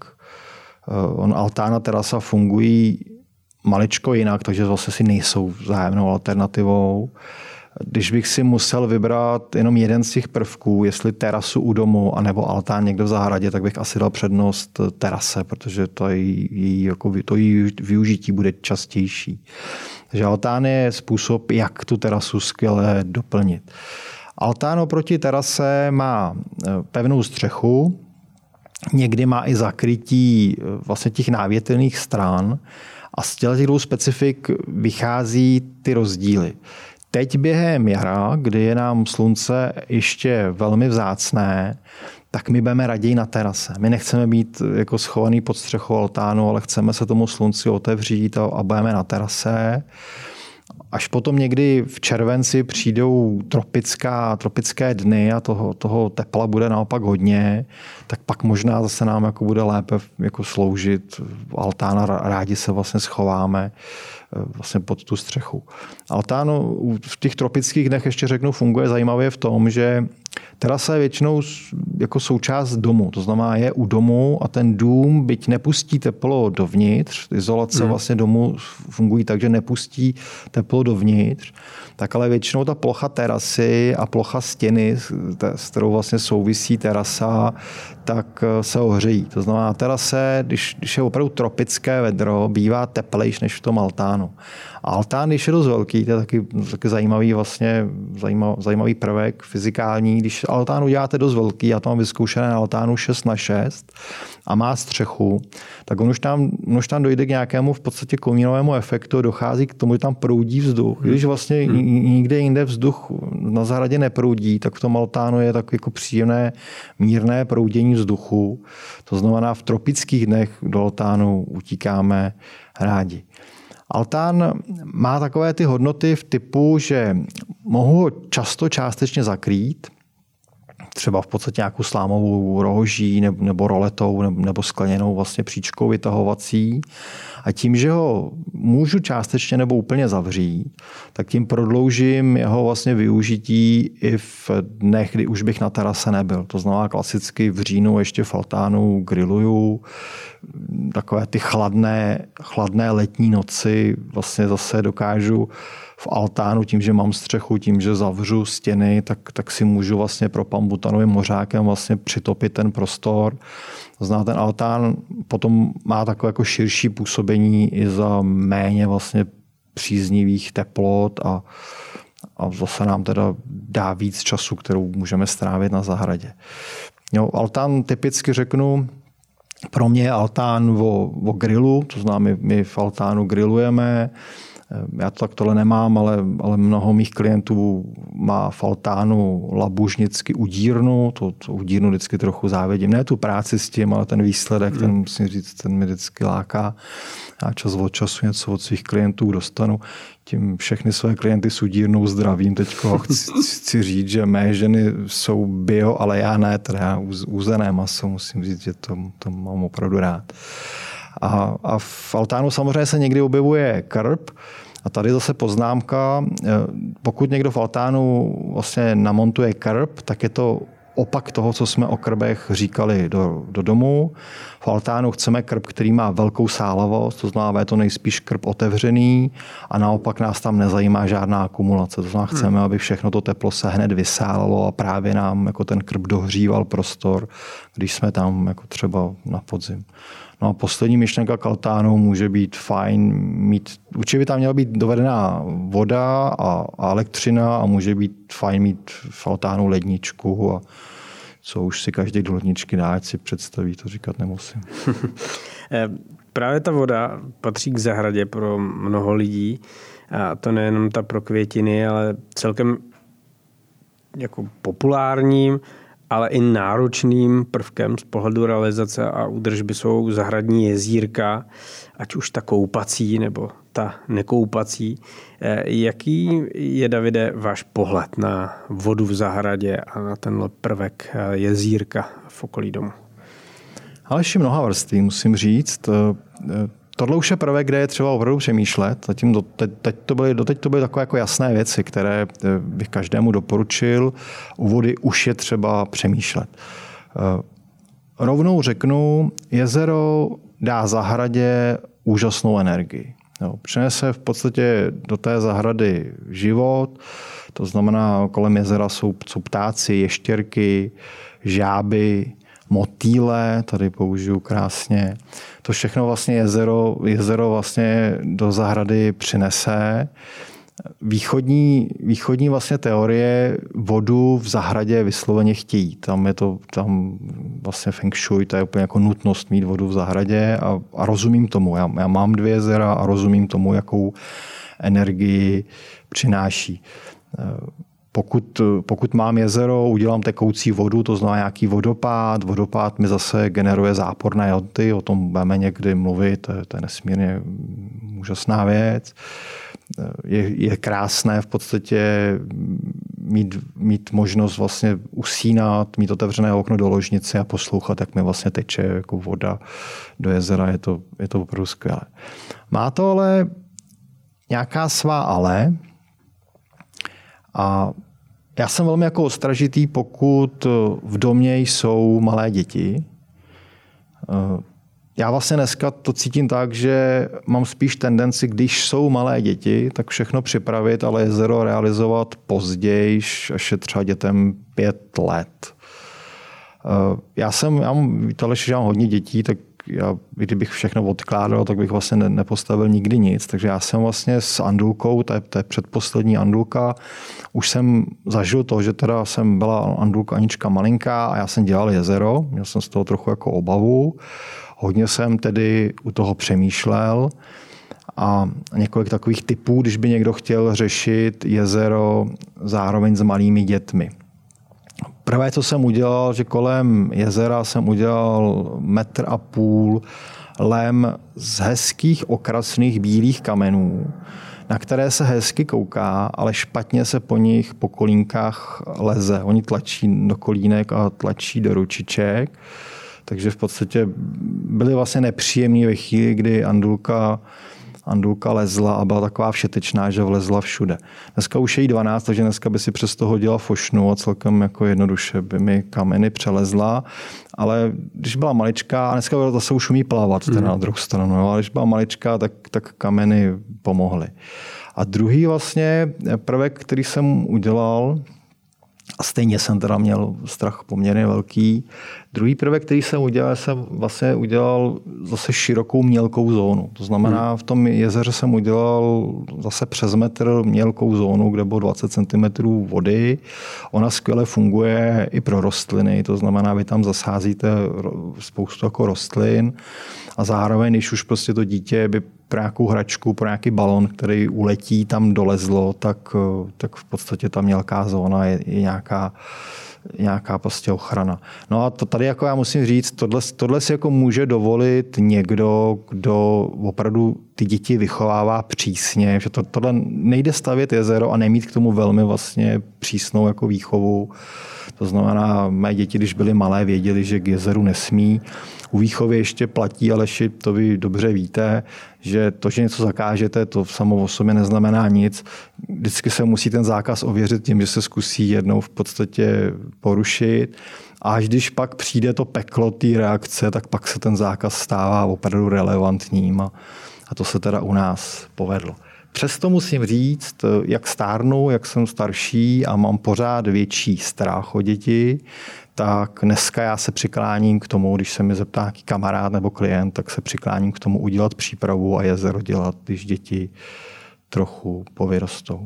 [SPEAKER 2] Altán a terasa fungují maličko jinak, takže vlastně si nejsou vzájemnou alternativou. Když bych si musel vybrat jenom jeden z těch prvků, jestli terasu u domu anebo altán někde v zahradě, tak bych asi dal přednost terase, protože to její využití bude častější. Takže altán je způsob, jak tu terasu skvěle doplnit. Altán oproti terase má pevnou střechu, někdy má i zakrytí vlastně těch návětrných stran a z těch dvou specifik vychází ty rozdíly. Teď během jara, kdy je nám slunce ještě velmi vzácné, tak my budeme raději na terase. My nechceme být jako schovaný pod střechou altánu, ale chceme se tomu slunci otevřít a budeme na terase. Až potom někdy v červenci přijdou tropické dny a toho tepla bude naopak hodně, tak pak možná zase nám jako bude lépe jako sloužit altán a rádi se vlastně schováme vlastně pod tu střechu. Altán v těch tropických dnech ještě řeknu funguje zajímavě v tom, že terasa je většinou jako součást domu. To znamená, je u domu a ten dům, byť nepustí teplo dovnitř, izolace vlastně domu fungují tak, že nepustí teplo dovnitř, tak ale většinou ta plocha terasy a plocha stěny, s kterou vlastně souvisí terasa, tak se ohřejí. To znamená, na terase, když je opravdu tropické vedro, bývá teplejší než v tom altánu. A altán, když je dost velký, to je taky zajímavý prvek fyzikální. Když altán uděláte dost velký, já to mám vyzkoušené na altánu 6x6 a má střechu, tak on už tam dojde k nějakému v podstatě komínovému efektu, dochází k tomu, že tam proudí vzduch. Když vlastně nikde jinde vzduch na zahradě neproudí, tak v tom altánu je tak jako příjemné, mírné proudění vzduchu. To znamená, v tropických dnech do altánu utíkáme rádi. Altán má takové ty hodnoty v typu, že mohu ho často částečně zakrýt, třeba v podstatě nějakou slámovou rohoží nebo roletou nebo skleněnou vlastně příčkou vytahovací. A tím, že ho můžu částečně nebo úplně zavřít, tak tím prodloužím jeho vlastně využití i v dnech, kdy už bych na terase nebyl. To znamená klasicky v říjnu ještě v altánu grilluju. Takové ty chladné letní noci vlastně zase dokážu v altánu tím, že mám střechu, tím, že zavřu stěny, tak si můžu vlastně propambutanovým mořákem vlastně přitopit ten prostor. To znamená, ten altán potom má takové jako širší působení i za méně vlastně příznivých teplot a zase nám teda dá víc času, kterou můžeme strávit na zahradě. Jo, altán typicky řeknu, pro mě je altán o grilu, to znamená, my v altánu grillujeme. Já to tak tohle nemám, ale mnoho mých klientů má v altánu labužnicky udírnu. To udírnu vždycky trochu závidím. Ne tu práci s tím, ale ten výsledek, ten musím říct, ten mi vždycky láká. Já čas od času něco od svých klientů dostanu. Tím všechny své klienty s udírnou zdravím. Teďko chci říct, že mé ženy jsou bio, ale já ne, teda já uzené maso, musím říct, že to mám opravdu rád. A v altánu samozřejmě se někdy objevuje krb. A tady zase poznámka, pokud někdo v altánu vlastně namontuje krb, tak je to opak toho, co jsme o krbech říkali do domu. V altánu chceme krb, který má velkou sálavost, to znamená, je to nejspíš krb otevřený a naopak nás tam nezajímá žádná akumulace. To znamená, chceme, aby všechno to teplo se hned vysálalo a právě nám jako ten krb dohříval prostor, když jsme tam jako třeba na podzim. No a poslední myšlenka k altánu může být fajn určitě by tam měla být dovedená voda a elektřina a může být fajn mít v altánu ledničku a co už si každý do ledničky dá, ať si představí, to říkat nemusím.
[SPEAKER 1] Právě ta voda patří k zahradě pro mnoho lidí a to nejenom ta pro květiny, ale celkem jako populárním, ale i náročným prvkem z pohledu realizace a údržby jsou zahradní jezírka, ať už ta koupací nebo ta nekoupací. Jaký je, Davide, váš pohled na vodu v zahradě a na tenhle prvek jezírka v okolí domu?
[SPEAKER 2] Ale ještě mnoha vrství, musím říct. Tohle už je prvek, kde je třeba opravdu přemýšlet. Zatím doteď to byly takové jako jasné věci, které bych každému doporučil. U vody už je třeba přemýšlet. Rovnou řeknu, jezero dá zahradě úžasnou energii. Přinese v podstatě do té zahrady život, to znamená, kolem jezera jsou ptáci, ještěrky, žáby, motýle, tady použiju krásně. To všechno vlastně jezero vlastně do zahrady přinese. Východní vlastně teorie vodu v zahradě vysloveně chtějí. Tam vlastně feng shui, to je úplně jako nutnost mít vodu v zahradě a rozumím tomu. Já mám 2 jezera a rozumím tomu, jakou energii přináší. Pokud mám jezero, udělám tekoucí vodu, to znamená nějaký vodopád. Vodopád mi zase generuje záporné joty, o tom budeme někdy mluvit, to je nesmírně úžasná věc. Je krásné v podstatě mít možnost vlastně usínat, mít otevřené okno do ložnice a poslouchat, jak mi vlastně teče jako voda do jezera. Je to opravdu skvělé. Má to ale nějaká svá ale. A já jsem velmi jako ostražitý, pokud v domě jsou malé děti. Já vlastně dneska to cítím tak, že mám spíš tendenci, když jsou malé děti, tak všechno připravit, ale jezero realizovat později, až je třeba dětem 5 let. Já mám hodně dětí, tak kdybych všechno odkládal, tak bych vlastně nepostavil nikdy nic. Takže já jsem vlastně s Andulkou, to je předposlední Andulka, už jsem zažil to, že teda byla Andulka Anička malinká a já jsem dělal jezero. Měl jsem z toho trochu jako obavu. Hodně jsem tedy u toho přemýšlel a několik takových typů, když by někdo chtěl řešit jezero zároveň s malými dětmi. Prvé, co jsem udělal, že kolem jezera jsem udělal 1,5 metru lem z hezkých okrasných bílých kamenů, na které se hezky kouká, ale špatně se po nich po kolínkách leze. Oni tlačí do kolínek a tlačí do ručiček. Takže v podstatě byly vlastně nepříjemné ve chvíli, kdy Andulka lezla a byla taková všetečná, že vlezla všude. Dneska už je jí 12, takže dneska by si přes to hodila fošnu a celkem jako jednoduše by mi kameny přelezla. Ale když byla maličká, a dneska zase už umí plavat teda na druhou stranu, ale když byla maličká, tak kameny pomohly. A druhý vlastně prvek, který jsem udělal, A stejně jsem teda měl strach poměrně velký. Druhý prvek, který jsem udělal zase širokou mělkou zónu. To znamená, v tom jezeře jsem udělal zase přes metr mělkou zónu, kde bylo 20 cm vody. Ona skvěle funguje i pro rostliny, to znamená, vy tam zasázíte spoustu jako rostlin a zároveň, když už prostě to dítě by pro nějakou hračku, pro nějaký balon, který uletí, tam dolezlo, tak v podstatě ta mělká zóna je nějaká prostě ochrana. No a to tady jako já musím říct, tohle si jako může dovolit někdo, kdo opravdu ty děti vychovává přísně, že tohle nejde stavět jezero a nemít k tomu velmi vlastně přísnou jako výchovu. To znamená, mé děti, když byly malé, věděli, že k jezeru nesmí. U výchovy ještě platí, Aleši, to vy dobře víte, že to, že něco zakážete, to samo o sobě neznamená nic. Vždycky se musí ten zákaz ověřit tím, že se zkusí jednou v podstatě porušit. A až když pak přijde to peklo té reakce, tak pak se ten zákaz stává opravdu relevantním. A to se teda u nás povedlo. Přesto musím říct, jak stárnu, jak jsem starší a mám pořád větší strach o děti, tak dneska já se přikláním k tomu, když se mi zeptá nějaký kamarád nebo klient, tak se přikláním k tomu udělat přípravu a jezero dělat, když děti trochu povyrostou.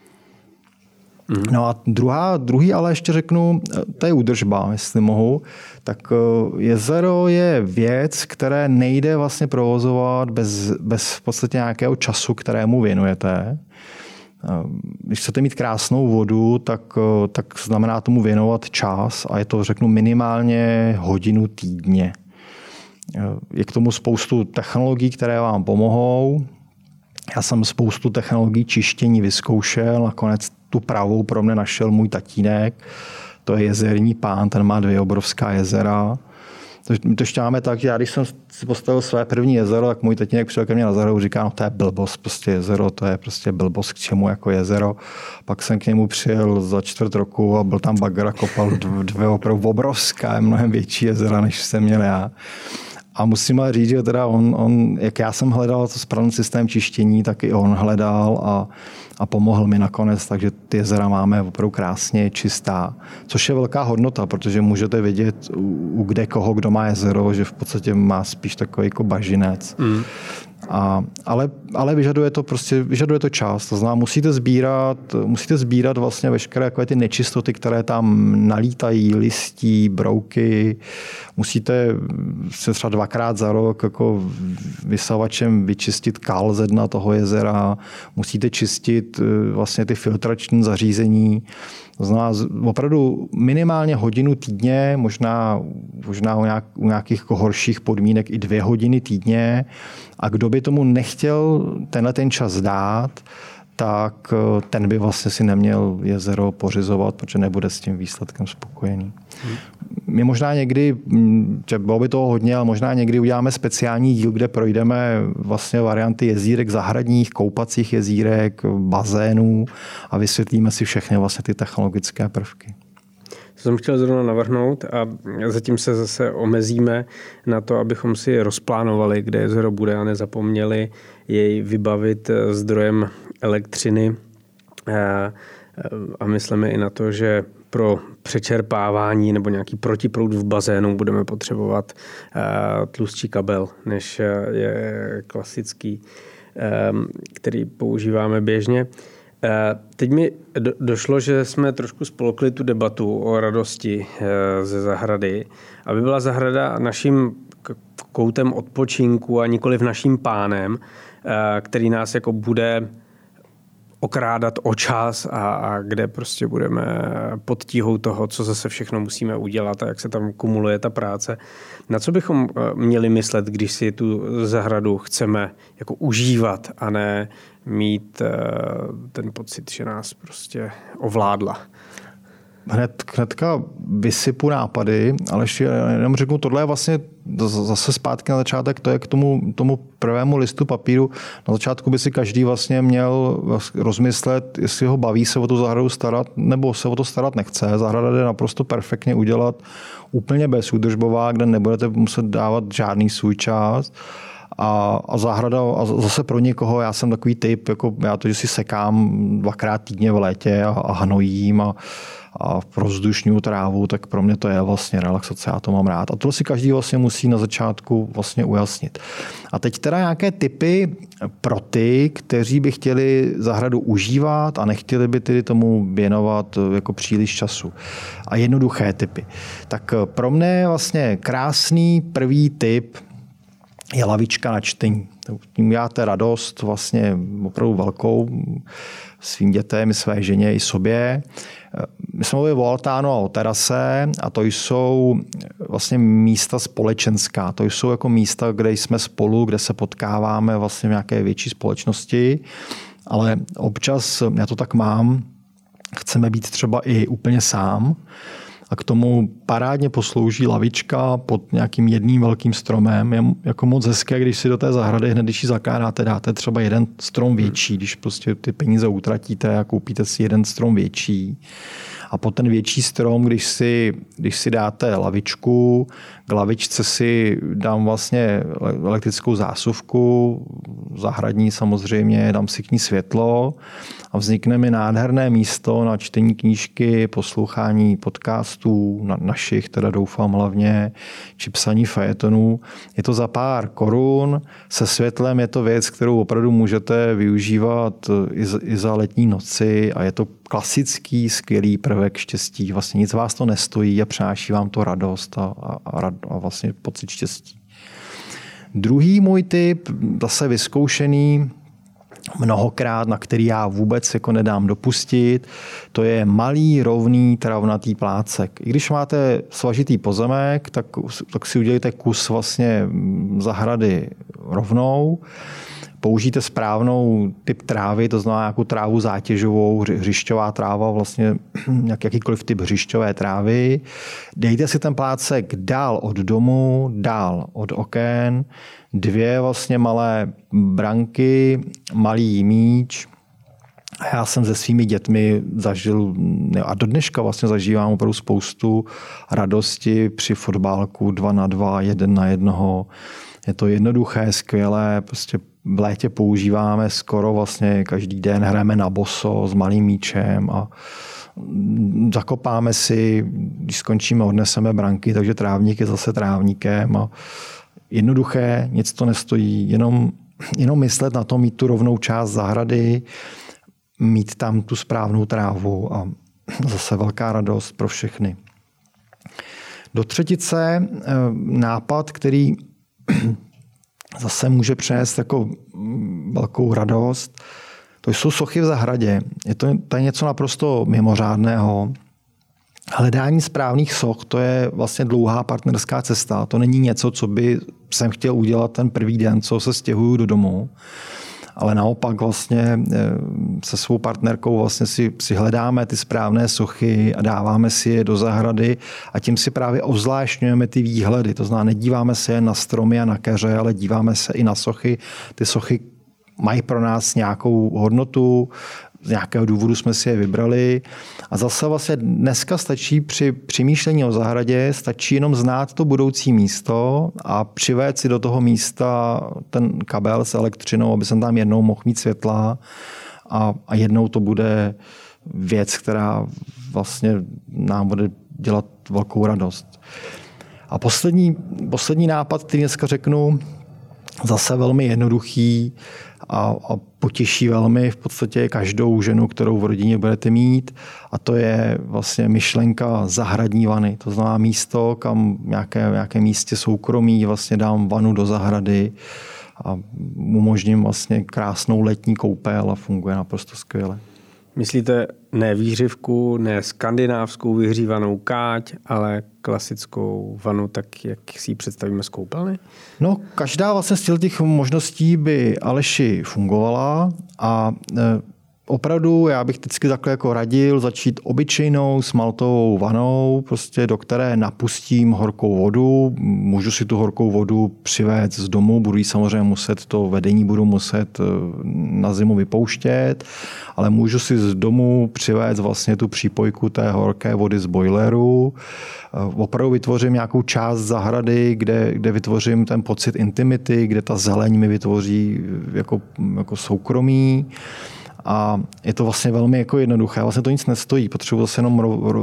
[SPEAKER 2] No a druhý ale ještě řeknu, to je údržba, jestli mohu. Tak jezero je věc, které nejde vlastně provozovat bez v podstatě nějakého času, kterému věnujete. Když chcete mít krásnou vodu, tak znamená tomu věnovat čas a je to, řeknu, minimálně hodinu týdně. Je k tomu spoustu technologií, které vám pomohou. Já jsem spoustu technologií čištění vyzkoušel, nakonec tu pravou pro mě našel můj tatínek. To je jezerní pán, ten má 2 obrovská jezera. To ještě máme tak, že já když jsem si postavil své první jezero, tak můj tatínek přišel ke mně na zahradu a říká, no to je blbost, prostě jezero, to je prostě blbost, k čemu jako jezero. Pak jsem k němu přijel za 4 roku a byl tam bagr a kopal 2 opravdu obrovská, mnohem větší jezera, než jsem měl já. A musím ale říct, že teda on, jak já jsem hledal to správný systém čištění, tak i on hledal a pomohl mi nakonec, takže ty jezera máme opravdu krásně čistá, což je velká hodnota, protože můžete vidět u kde koho, kdo má jezero, že v podstatě má spíš takový jako bažinec. Ale vyžaduje to čas. To znamená, musíte sbírat vlastně veškeré takové ty nečistoty, které tam nalítají, listí, brouky. Musíte se třeba 2krát za rok jako vysavačem vyčistit kal ze dna toho jezera. Musíte čistit vlastně ty filtrační zařízení. To znamená opravdu minimálně hodinu týdně, možná u nějakých horších podmínek i 2 hodiny týdně. A kdo by tomu nechtěl ten čas dát, tak ten by vlastně si neměl jezero pořizovat, protože nebude s tím výsledkem spokojený. My možná někdy, bylo by toho hodně, ale možná někdy uděláme speciální díl, kde projdeme vlastně varianty jezírek zahradních, koupacích jezírek, bazénů a vysvětlíme si všechny vlastně ty technologické prvky.
[SPEAKER 1] To jsem chtěl zrovna navrhnout a zatím se zase omezíme na to, abychom si rozplánovali, kde jezero bude a nezapomněli jej vybavit zdrojem elektřiny. A myslíme i na to, že pro přečerpávání nebo nějaký protiproud v bazénu budeme potřebovat tlustší kabel, než je klasický, který používáme běžně. Teď mi došlo, že jsme trošku spolkli tu debatu o radosti ze zahrady, aby byla zahrada naším koutem odpočinku a nikoliv naším pánem, který nás jako bude okrádat o čas a kde prostě budeme pod tíhou toho, co zase všechno musíme udělat a jak se tam kumuluje ta práce. Na co bychom měli myslet, když si tu zahradu chceme jako užívat a ne mít ten pocit, že nás prostě ovládla?
[SPEAKER 2] Hnedka vysypu nápady, ale ještě jenom řeknu, tohle je vlastně zase zpátky na začátek, to je k tomu prvému listu papíru. Na začátku by si každý vlastně měl rozmyslet, jestli ho baví se o tu zahradu starat, nebo se o to starat nechce. Zahrada jde naprosto perfektně udělat úplně bezúdržbová, kde nebudete muset dávat žádný svůj čas. A zahrada, a zase pro někoho, já jsem takový typ, jako já to, že si sekám 2krát týdně v létě a hnojím a prozdušňuju trávu, tak pro mě to je vlastně relaxace, já to mám rád. A to si každý vlastně musí na začátku vlastně ujasnit. A teď teda nějaké tipy pro ty, kteří by chtěli zahradu užívat a nechtěli by tedy tomu věnovat jako příliš času. A jednoduché tipy. Tak pro mě vlastně krásný první tip je lavička na čtení. Tím děláte radost vlastně opravdu velkou svým dětem, i své ženě, i sobě. My jsme mluvili o altánu a o terase a to jsou vlastně místa společenská. To jsou jako místa, kde jsme spolu, kde se potkáváme vlastně v nějaké větší společnosti, ale občas, já to tak mám, chceme být třeba i úplně sám. A k tomu parádně poslouží lavička pod nějakým jedním velkým stromem. Je jako moc hezké, když si do té zahrady hned, když ji zakládáte, dáte třeba jeden strom větší, když prostě ty peníze utratíte a koupíte si jeden strom větší. A pod ten větší strom, když si dáte lavičku, k lavičce si dám vlastně elektrickou zásuvku, zahradní samozřejmě, dám si k ní světlo a vznikne mi nádherné místo na čtení knížky, poslouchání podcastů, našich teda doufám hlavně, či psaní fejetonů. Je to za pár korun, se světlem je to věc, kterou opravdu můžete využívat i za letní noci a je to klasický, skvělý prvek štěstí. Vlastně nic vás to nestojí a přináší vám to radost a vlastně pocit štěstí. Druhý můj tip, zase vyzkoušený mnohokrát, na který já vůbec jako nedám dopustit, to je malý, rovný, travnatý plácek. I když máte svažitý pozemek, tak si udělejte kus vlastně zahrady rovnou, použijte správnou typ trávy, to znamená nějakou trávu zátěžovou, hřišťová tráva, vlastně jakýkoliv typ hřišťové trávy. Dejte si ten plácek dál od domu, dál od oken, 2 vlastně malé branky, malý míč. A já jsem se svými dětmi zažil, a do dneška vlastně zažívám opravdu spoustu radosti při fotbálku 2-2, 1-1. Je to jednoduché, skvělé, prostě v létě používáme skoro vlastně každý den, hrajeme na boso s malým míčem a zakopáme si, když skončíme, odneseme branky, takže trávník je zase trávníkem a jednoduché, nic to nestojí, jenom myslet na to, mít tu rovnou část zahrady, mít tam tu správnou trávu a zase velká radost pro všechny. Do třetice nápad, který zase může přinést jako velkou radost. To jsou sochy v zahradě. To je něco naprosto mimořádného. Hledání správných soch, to je vlastně dlouhá partnerská cesta. To není něco, co by jsem chtěl udělat ten první den, co se stěhuju do domu. Ale naopak vlastně se svou partnerkou vlastně si hledáme ty správné sochy a dáváme si je do zahrady a tím si právě ovzlášňujeme ty výhledy. To znamená, nedíváme se jen na stromy a na keře, ale díváme se i na sochy. Ty sochy mají pro nás nějakou hodnotu, z nějakého důvodu jsme si je vybrali. A zase vlastně dneska stačí při přemýšlení o zahradě, stačí jenom znát to budoucí místo a přivést si do toho místa ten kabel s elektřinou, aby jsem tam jednou mohl mít světla a jednou to bude věc, která vlastně nám bude dělat velkou radost. A poslední nápad, který dneska řeknu, zase velmi jednoduchý a potěší velmi v podstatě každou ženu, kterou v rodině budete mít. A to je vlastně myšlenka zahradní vany. To znamená místo, kam nějaké místě soukromí vlastně dám vanu do zahrady a umožním vlastně krásnou letní koupel a funguje naprosto skvěle.
[SPEAKER 1] Myslíte ne výhřivku, ne skandinávskou vyhřívanou káť, ale klasickou vanu, tak jak si ji představíme z koupelny?
[SPEAKER 2] No, každá vlastně z těch možností by Aleši fungovala a Opravdu já bych vždycky takhle jako radil začít obyčejnou smaltovou vanou, prostě do které napustím horkou vodu. Můžu si tu horkou vodu přivést z domu, budu jí samozřejmě muset, to vedení budu muset na zimu vypouštět, ale můžu si z domu přivést vlastně tu přípojku té horké vody z boileru. Opravdu vytvořím nějakou část zahrady, kde vytvořím ten pocit intimity, kde ta zeleň mi vytvoří jako soukromí. A je to vlastně velmi jako jednoduché. Vlastně to nic nestojí. Potřebuji zase jenom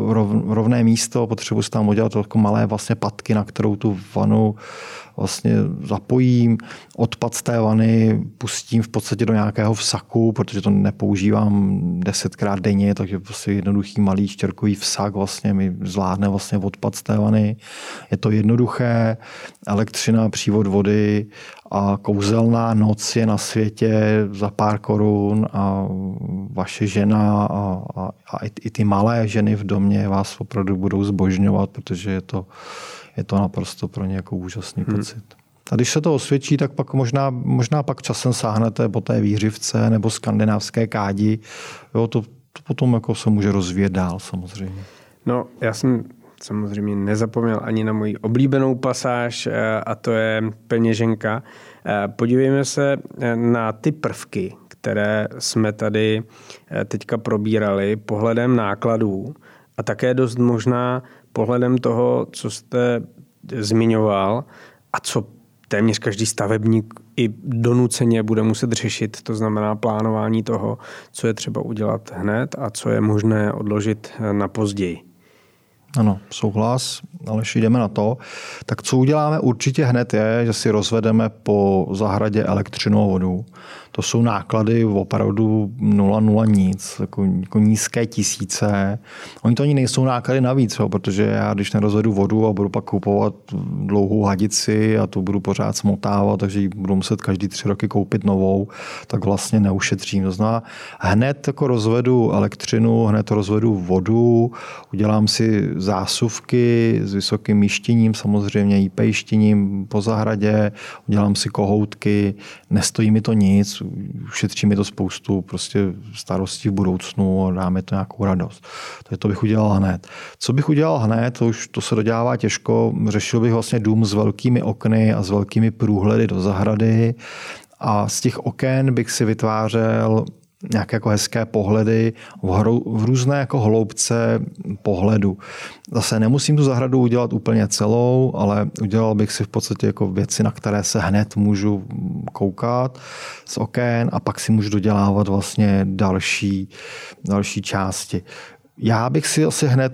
[SPEAKER 2] rovné místo, potřebuji si tam udělat jako malé vlastně patky, na kterou tu vanu vlastně zapojím. Odpad z té vany pustím v podstatě do nějakého vsaku, protože to nepoužívám 10krát denně, takže prostě jednoduchý malý štěrkový vsak vlastně mi zvládne vlastně odpad z té vany. Je to jednoduché, elektřina, přívod vody a kouzelná noc je na světě za pár korun a vaše žena a i ty malé ženy v domě vás opravdu budou zbožňovat, protože je to naprosto pro ně jako úžasný pocit. A když se to osvědčí, tak pak možná pak časem sáhnete po té výřivce nebo skandinávské kádi. Jo, to potom jako se může rozvíjet dál samozřejmě.
[SPEAKER 1] No, já jsem samozřejmě nezapomněl ani na moji oblíbenou pasáž a to je peněženka. Podívejme se na ty prvky, které jsme tady teďka probírali pohledem nákladů a také dost možná pohledem toho, co jste zmiňoval a co téměř každý stavebník i donuceně bude muset řešit, to znamená plánování toho, co je třeba udělat hned a co je možné odložit na později.
[SPEAKER 2] Ano, souhlas, ale ještě jdeme na to. Tak co uděláme určitě hned je, že si rozvedeme po zahradě elektřinu a vodu. To jsou náklady opravdu 0 nic, jako nízké tisíce. Oni to ani nejsou náklady navíc, protože já když nerozvedu vodu a budu pak kupovat dlouhou hadici a tu budu pořád smotávat, takže ji budu muset každý 3 roky koupit novou, tak vlastně neušetřím. To znamená, hned jako rozvedu elektřinu, hned rozvedu vodu, udělám si zásuvky s vysokým míštěním, samozřejmě i pejštěním po zahradě, udělám si kohoutky, nestojí mi to nic, ušetří mi to spoustu prostě starostí v budoucnu a dá mi to nějakou radost. Takže to bych udělal hned. Co bych udělal hned, to se dodělává těžko, řešil bych vlastně dům s velkými okny a s velkými průhledy do zahrady a z těch oken bych si vytvářel nějaké jako hezké pohledy v různé jako hloubce pohledu. Zase nemusím tu zahradu udělat úplně celou, ale udělal bych si v podstatě jako věci, na které se hned můžu koukat z oken a pak si můžu dodělávat vlastně další části. Já bych si asi hned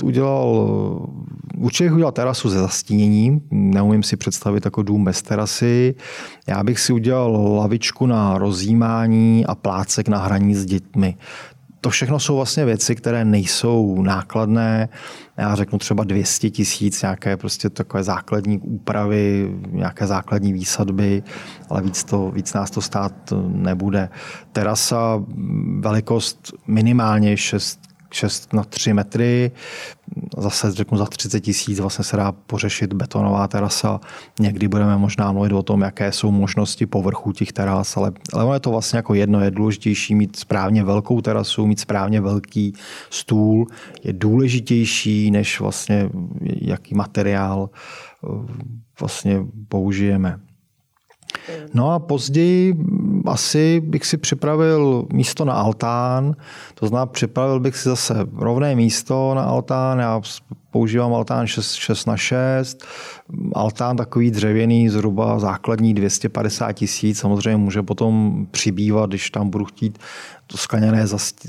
[SPEAKER 2] určitě udělal terasu se zastíněním, neumím si představit jako dům bez terasy. Já bych si udělal lavičku na rozjímání a plácek na hraní s dětmi. To všechno jsou vlastně věci, které nejsou nákladné. Já řeknu třeba 200 000, nějaké prostě takové základní úpravy, nějaké základní výsadby, ale víc nás to stát nebude. Terasa, velikost minimálně 6 na 3 metry, zase řeknu za 30 000 vlastně se dá pořešit betonová terasa. Někdy budeme možná mluvit o tom, jaké jsou možnosti povrchu těch teras, ale ono je to vlastně jako jedno, je důležitější mít správně velkou terasu, mít správně velký stůl, je důležitější, než vlastně jaký materiál vlastně použijeme. No a později asi bych si připravil místo na altán, to znamená připravil bych si zase rovné místo na altán, já používám altán 6x6, altán takový dřevěný, zhruba základní 250 000, samozřejmě může potom přibývat, když tam budu chtít to skleněné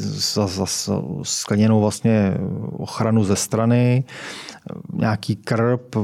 [SPEAKER 2] skleněnou vlastně ochranu ze strany, nějaký krb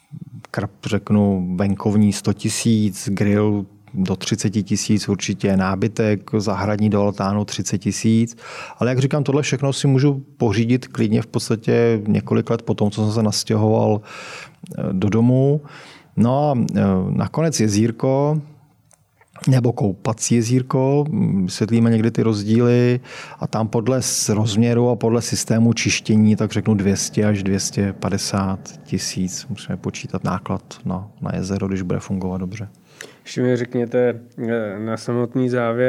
[SPEAKER 2] řeknu venkovní 100 000, grill do 30 000 určitě, nábytek zahradní do altánu 30 000. Ale jak říkám, tohle všechno si můžu pořídit klidně v podstatě několik let po tom, co jsem se nastěhoval do domu. No a nakonec jezírko, nebo koupací jezírko, vysvětlíme někdy ty rozdíly a tam podle rozměru a podle systému čištění, tak řeknu 200 až 250 000. Musíme počítat náklad na jezero, když bude fungovat dobře.
[SPEAKER 1] Ještě mi řekněte na samotný závěr,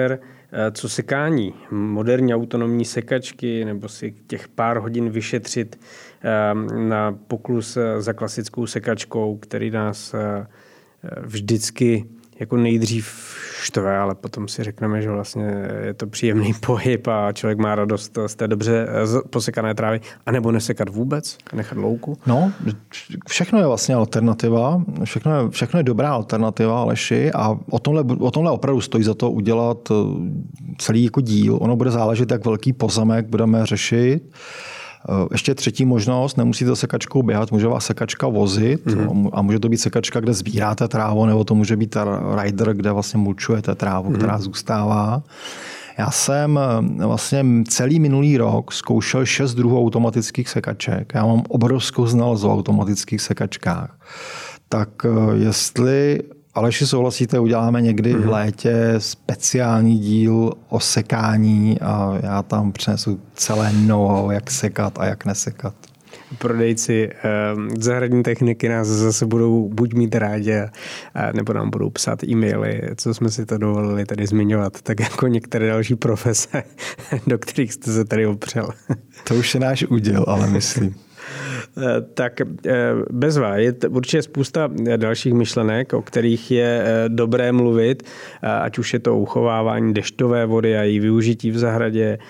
[SPEAKER 1] co sekání, moderní autonomní sekačky nebo si těch pár hodin vyšetřit na poklus za klasickou sekačkou, který nás vždycky jako nejdřív štve, ale potom si řekneme, že vlastně je to příjemný pohyb a člověk má radost z té dobře posekané trávy, anebo nesekat vůbec, nechat louku.
[SPEAKER 2] No, všechno je vlastně alternativa, všechno je dobrá alternativa, Aleši, a o tomhle opravdu stojí za to udělat celý jako díl. Ono bude záležet, jak velký pozemek budeme řešit. Ještě třetí možnost, nemusíte sekačkou běhat, může vás sekačka vozit a může to být sekačka, kde sbíráte trávu, nebo to může být rider, kde vlastně mulčujete trávu, která zůstává. Já jsem vlastně celý minulý rok zkoušel 6 druhů automatických sekaček. Já mám obrovskou znalost o automatických sekačkách. Tak jestli Aleši, souhlasíte, uděláme někdy v létě speciální díl o sekání a já tam přinesu celé know-how, jak sekat a jak nesekat.
[SPEAKER 1] Prodejci zahradní techniky nás zase budou buď mít rádi, nebo nám budou psát e-maily, co jsme si to dovolili tady zmiňovat, tak jako některé další profese, do kterých jste se tady opřel.
[SPEAKER 2] To už je náš úděl, ale myslím.
[SPEAKER 1] Tak bezva, je určitě spousta dalších myšlenek, o kterých je dobré mluvit, ať už je to uchovávání dešťové vody a její využití v zahradě,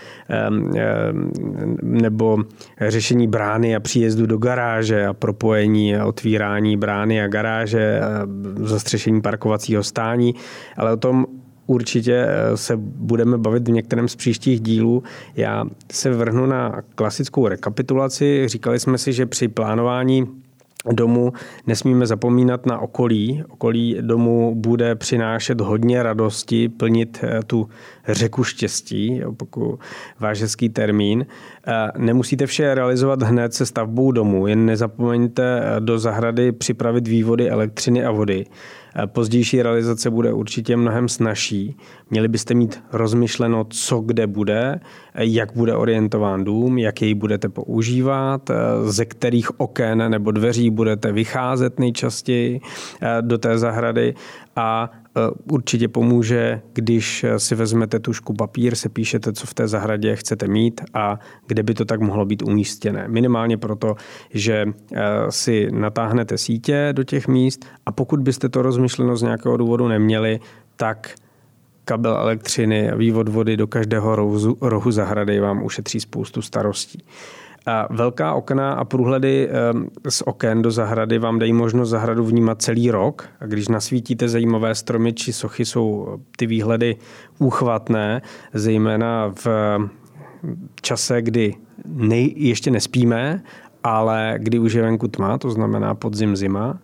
[SPEAKER 1] nebo řešení brány a příjezdu do garáže a propojení a otvírání brány a garáže, zastřešení parkovacího stání, ale o tom určitě se budeme bavit v některém z příštích dílů. Já se vrhnu na klasickou rekapitulaci. Říkali jsme si, že při plánování domu nesmíme zapomínat na okolí. Okolí domu bude přinášet hodně radosti, plnit tu řeku štěstí, opakuju váš hezký termín. Nemusíte vše realizovat hned se stavbou domu, jen nezapomeňte do zahrady připravit vývody elektřiny a vody. Pozdější realizace bude určitě mnohem snazší. Měli byste mít rozmyšleno, co kde bude, jak bude orientován dům, jak jej budete používat, ze kterých oken nebo dveří budete vycházet nejčastěji do té zahrady a určitě pomůže, když si vezmete tužku papír, se píšete, co v té zahradě chcete mít a kde by to tak mohlo být umístěné. Minimálně proto, že si natáhnete sítě do těch míst a pokud byste to rozmyšleno z nějakého důvodu neměli, tak kabel elektřiny a vývod vody do každého rohu zahrady vám ušetří spoustu starostí. A velká okna a průhledy z oken do zahrady vám dají možnost zahradu vnímat celý rok. A když nasvítíte zajímavé stromy či sochy, jsou ty výhledy úchvatné, zejména v čase, kdy ještě nespíme, ale kdy už je venku tma, to znamená podzim, zima.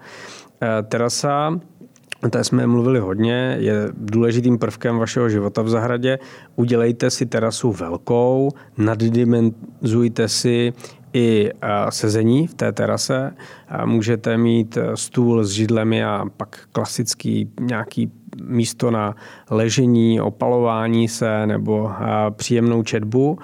[SPEAKER 1] Terasa, o té jsme mluvili hodně, je důležitým prvkem vašeho života v zahradě. Udělejte si terasu velkou, naddimenzujte si i sezení v té terase. Můžete mít stůl s židlemi a pak klasický nějaký místo na ležení, opalování se nebo příjemnou četbu.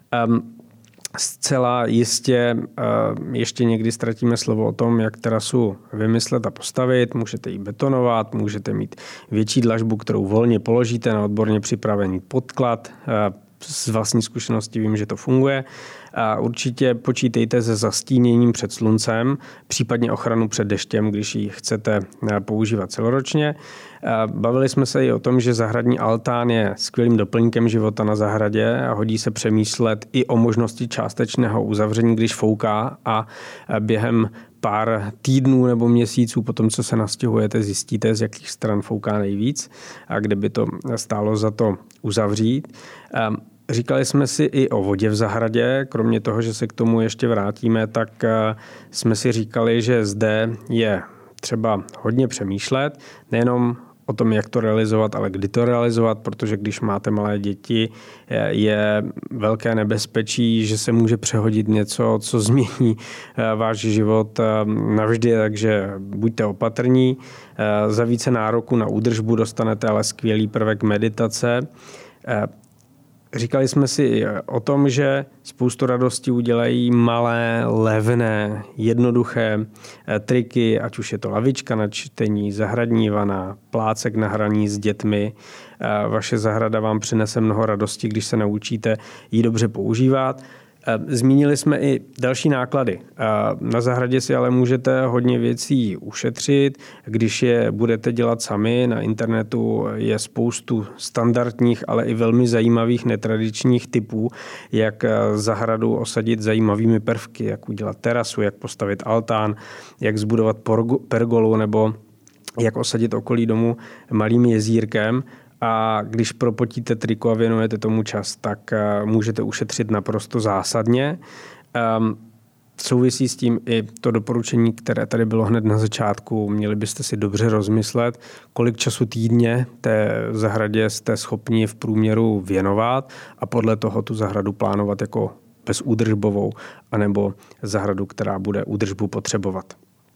[SPEAKER 1] Zcela jistě ještě někdy ztratíme slovo o tom, jak terasu vymyslet a postavit. Můžete ji betonovat, můžete mít větší dlažbu, kterou volně položíte na odborně připravený podklad. Z vlastní zkušenosti vím, že to funguje. A určitě počítejte se zastíněním před sluncem, případně ochranu před deštěm, když ji chcete používat celoročně. Bavili jsme se i o tom, že zahradní altán je skvělým doplňkem života na zahradě a hodí se přemýšlet i o možnosti částečného uzavření, když fouká a během pár týdnů nebo měsíců po tom, co se nastěhujete, zjistíte, z jakých stran fouká nejvíc a kde by to stálo za to uzavřít. Říkali jsme si i o vodě v zahradě, kromě toho, že se k tomu ještě vrátíme, tak jsme si říkali, že zde je třeba hodně přemýšlet, nejenom o tom, jak to realizovat, ale kdy to realizovat, protože když máte malé děti, je velké nebezpečí, že se může přehodit něco, co změní váš život navždy, takže buďte opatrní. Za více nároku na údržbu dostanete ale skvělý prvek meditace. Říkali jsme si o tom, že spoustu radosti udělají malé, levné, jednoduché triky, ať už je to lavička na čtení, zahradní vana, plácek na hraní s dětmi. Vaše zahrada vám přinese mnoho radosti, když se naučíte ji dobře používat. Zmínili jsme i další náklady. Na zahradě si ale můžete hodně věcí ušetřit. Když je budete dělat sami, na internetu je spoustu standardních, ale i velmi zajímavých netradičních typů, jak zahradu osadit zajímavými prvky, jak udělat terasu, jak postavit altán, jak zbudovat pergolu nebo jak osadit okolí domu malým jezírkem. A když propotíte triko a věnujete tomu čas, tak můžete ušetřit naprosto zásadně. Souvisí s tím i to doporučení, které tady bylo hned na začátku. Měli byste si dobře rozmyslet, kolik času týdně té zahradě jste schopni v průměru věnovat a podle toho tu zahradu plánovat jako bezúdržbovou anebo zahradu, která bude údržbu potřebovat.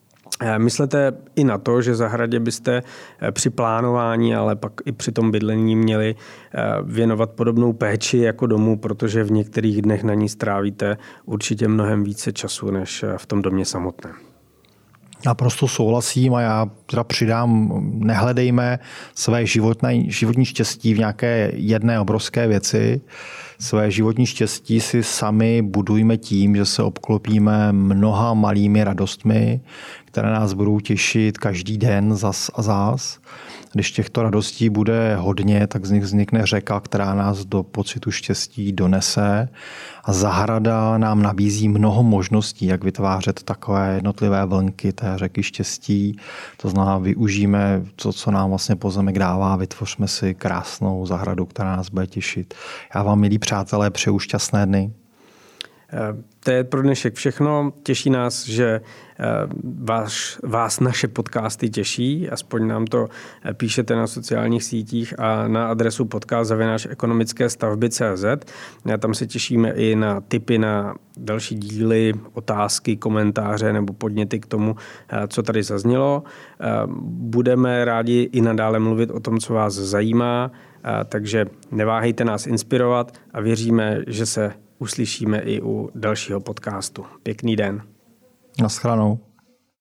[SPEAKER 1] Myslete i na to, že zahradě byste při plánování, ale pak i při tom bydlení měli věnovat podobnou péči jako domu, protože v některých dnech na ní strávíte určitě mnohem více času než v tom domě samotném.
[SPEAKER 2] Naprosto souhlasím a já teda přidám, nehledejme své životní štěstí v nějaké jedné obrovské věci. Své životní štěstí si sami budujme tím, že se obklopíme mnoha malými radostmi, které nás budou těšit každý den zas a zas. Když těchto radostí bude hodně, tak z nich vznikne řeka, která nás do pocitu štěstí donese. A zahrada nám nabízí mnoho možností, jak vytvářet takové jednotlivé vlnky té řeky štěstí. To znamená, využijeme to, co nám vlastně pozemek dává, vytvořme si krásnou zahradu, která nás bude těšit. Já vám, milí přátelé, přeju šťastné dny.
[SPEAKER 1] To je pro dnešek všechno. Těší nás, že vás naše podcasty těší. Aspoň nám to píšete na sociálních sítích a na adresu podcast@ekonomickéstavby.cz. Tam se těšíme i na tipy na další díly, otázky, komentáře nebo podněty k tomu, co tady zaznělo. Budeme rádi i nadále mluvit o tom, co vás zajímá, takže neváhejte nás inspirovat a věříme, že se uslyšíme i u dalšího podcastu. Pěkný den.
[SPEAKER 2] Naschledanou.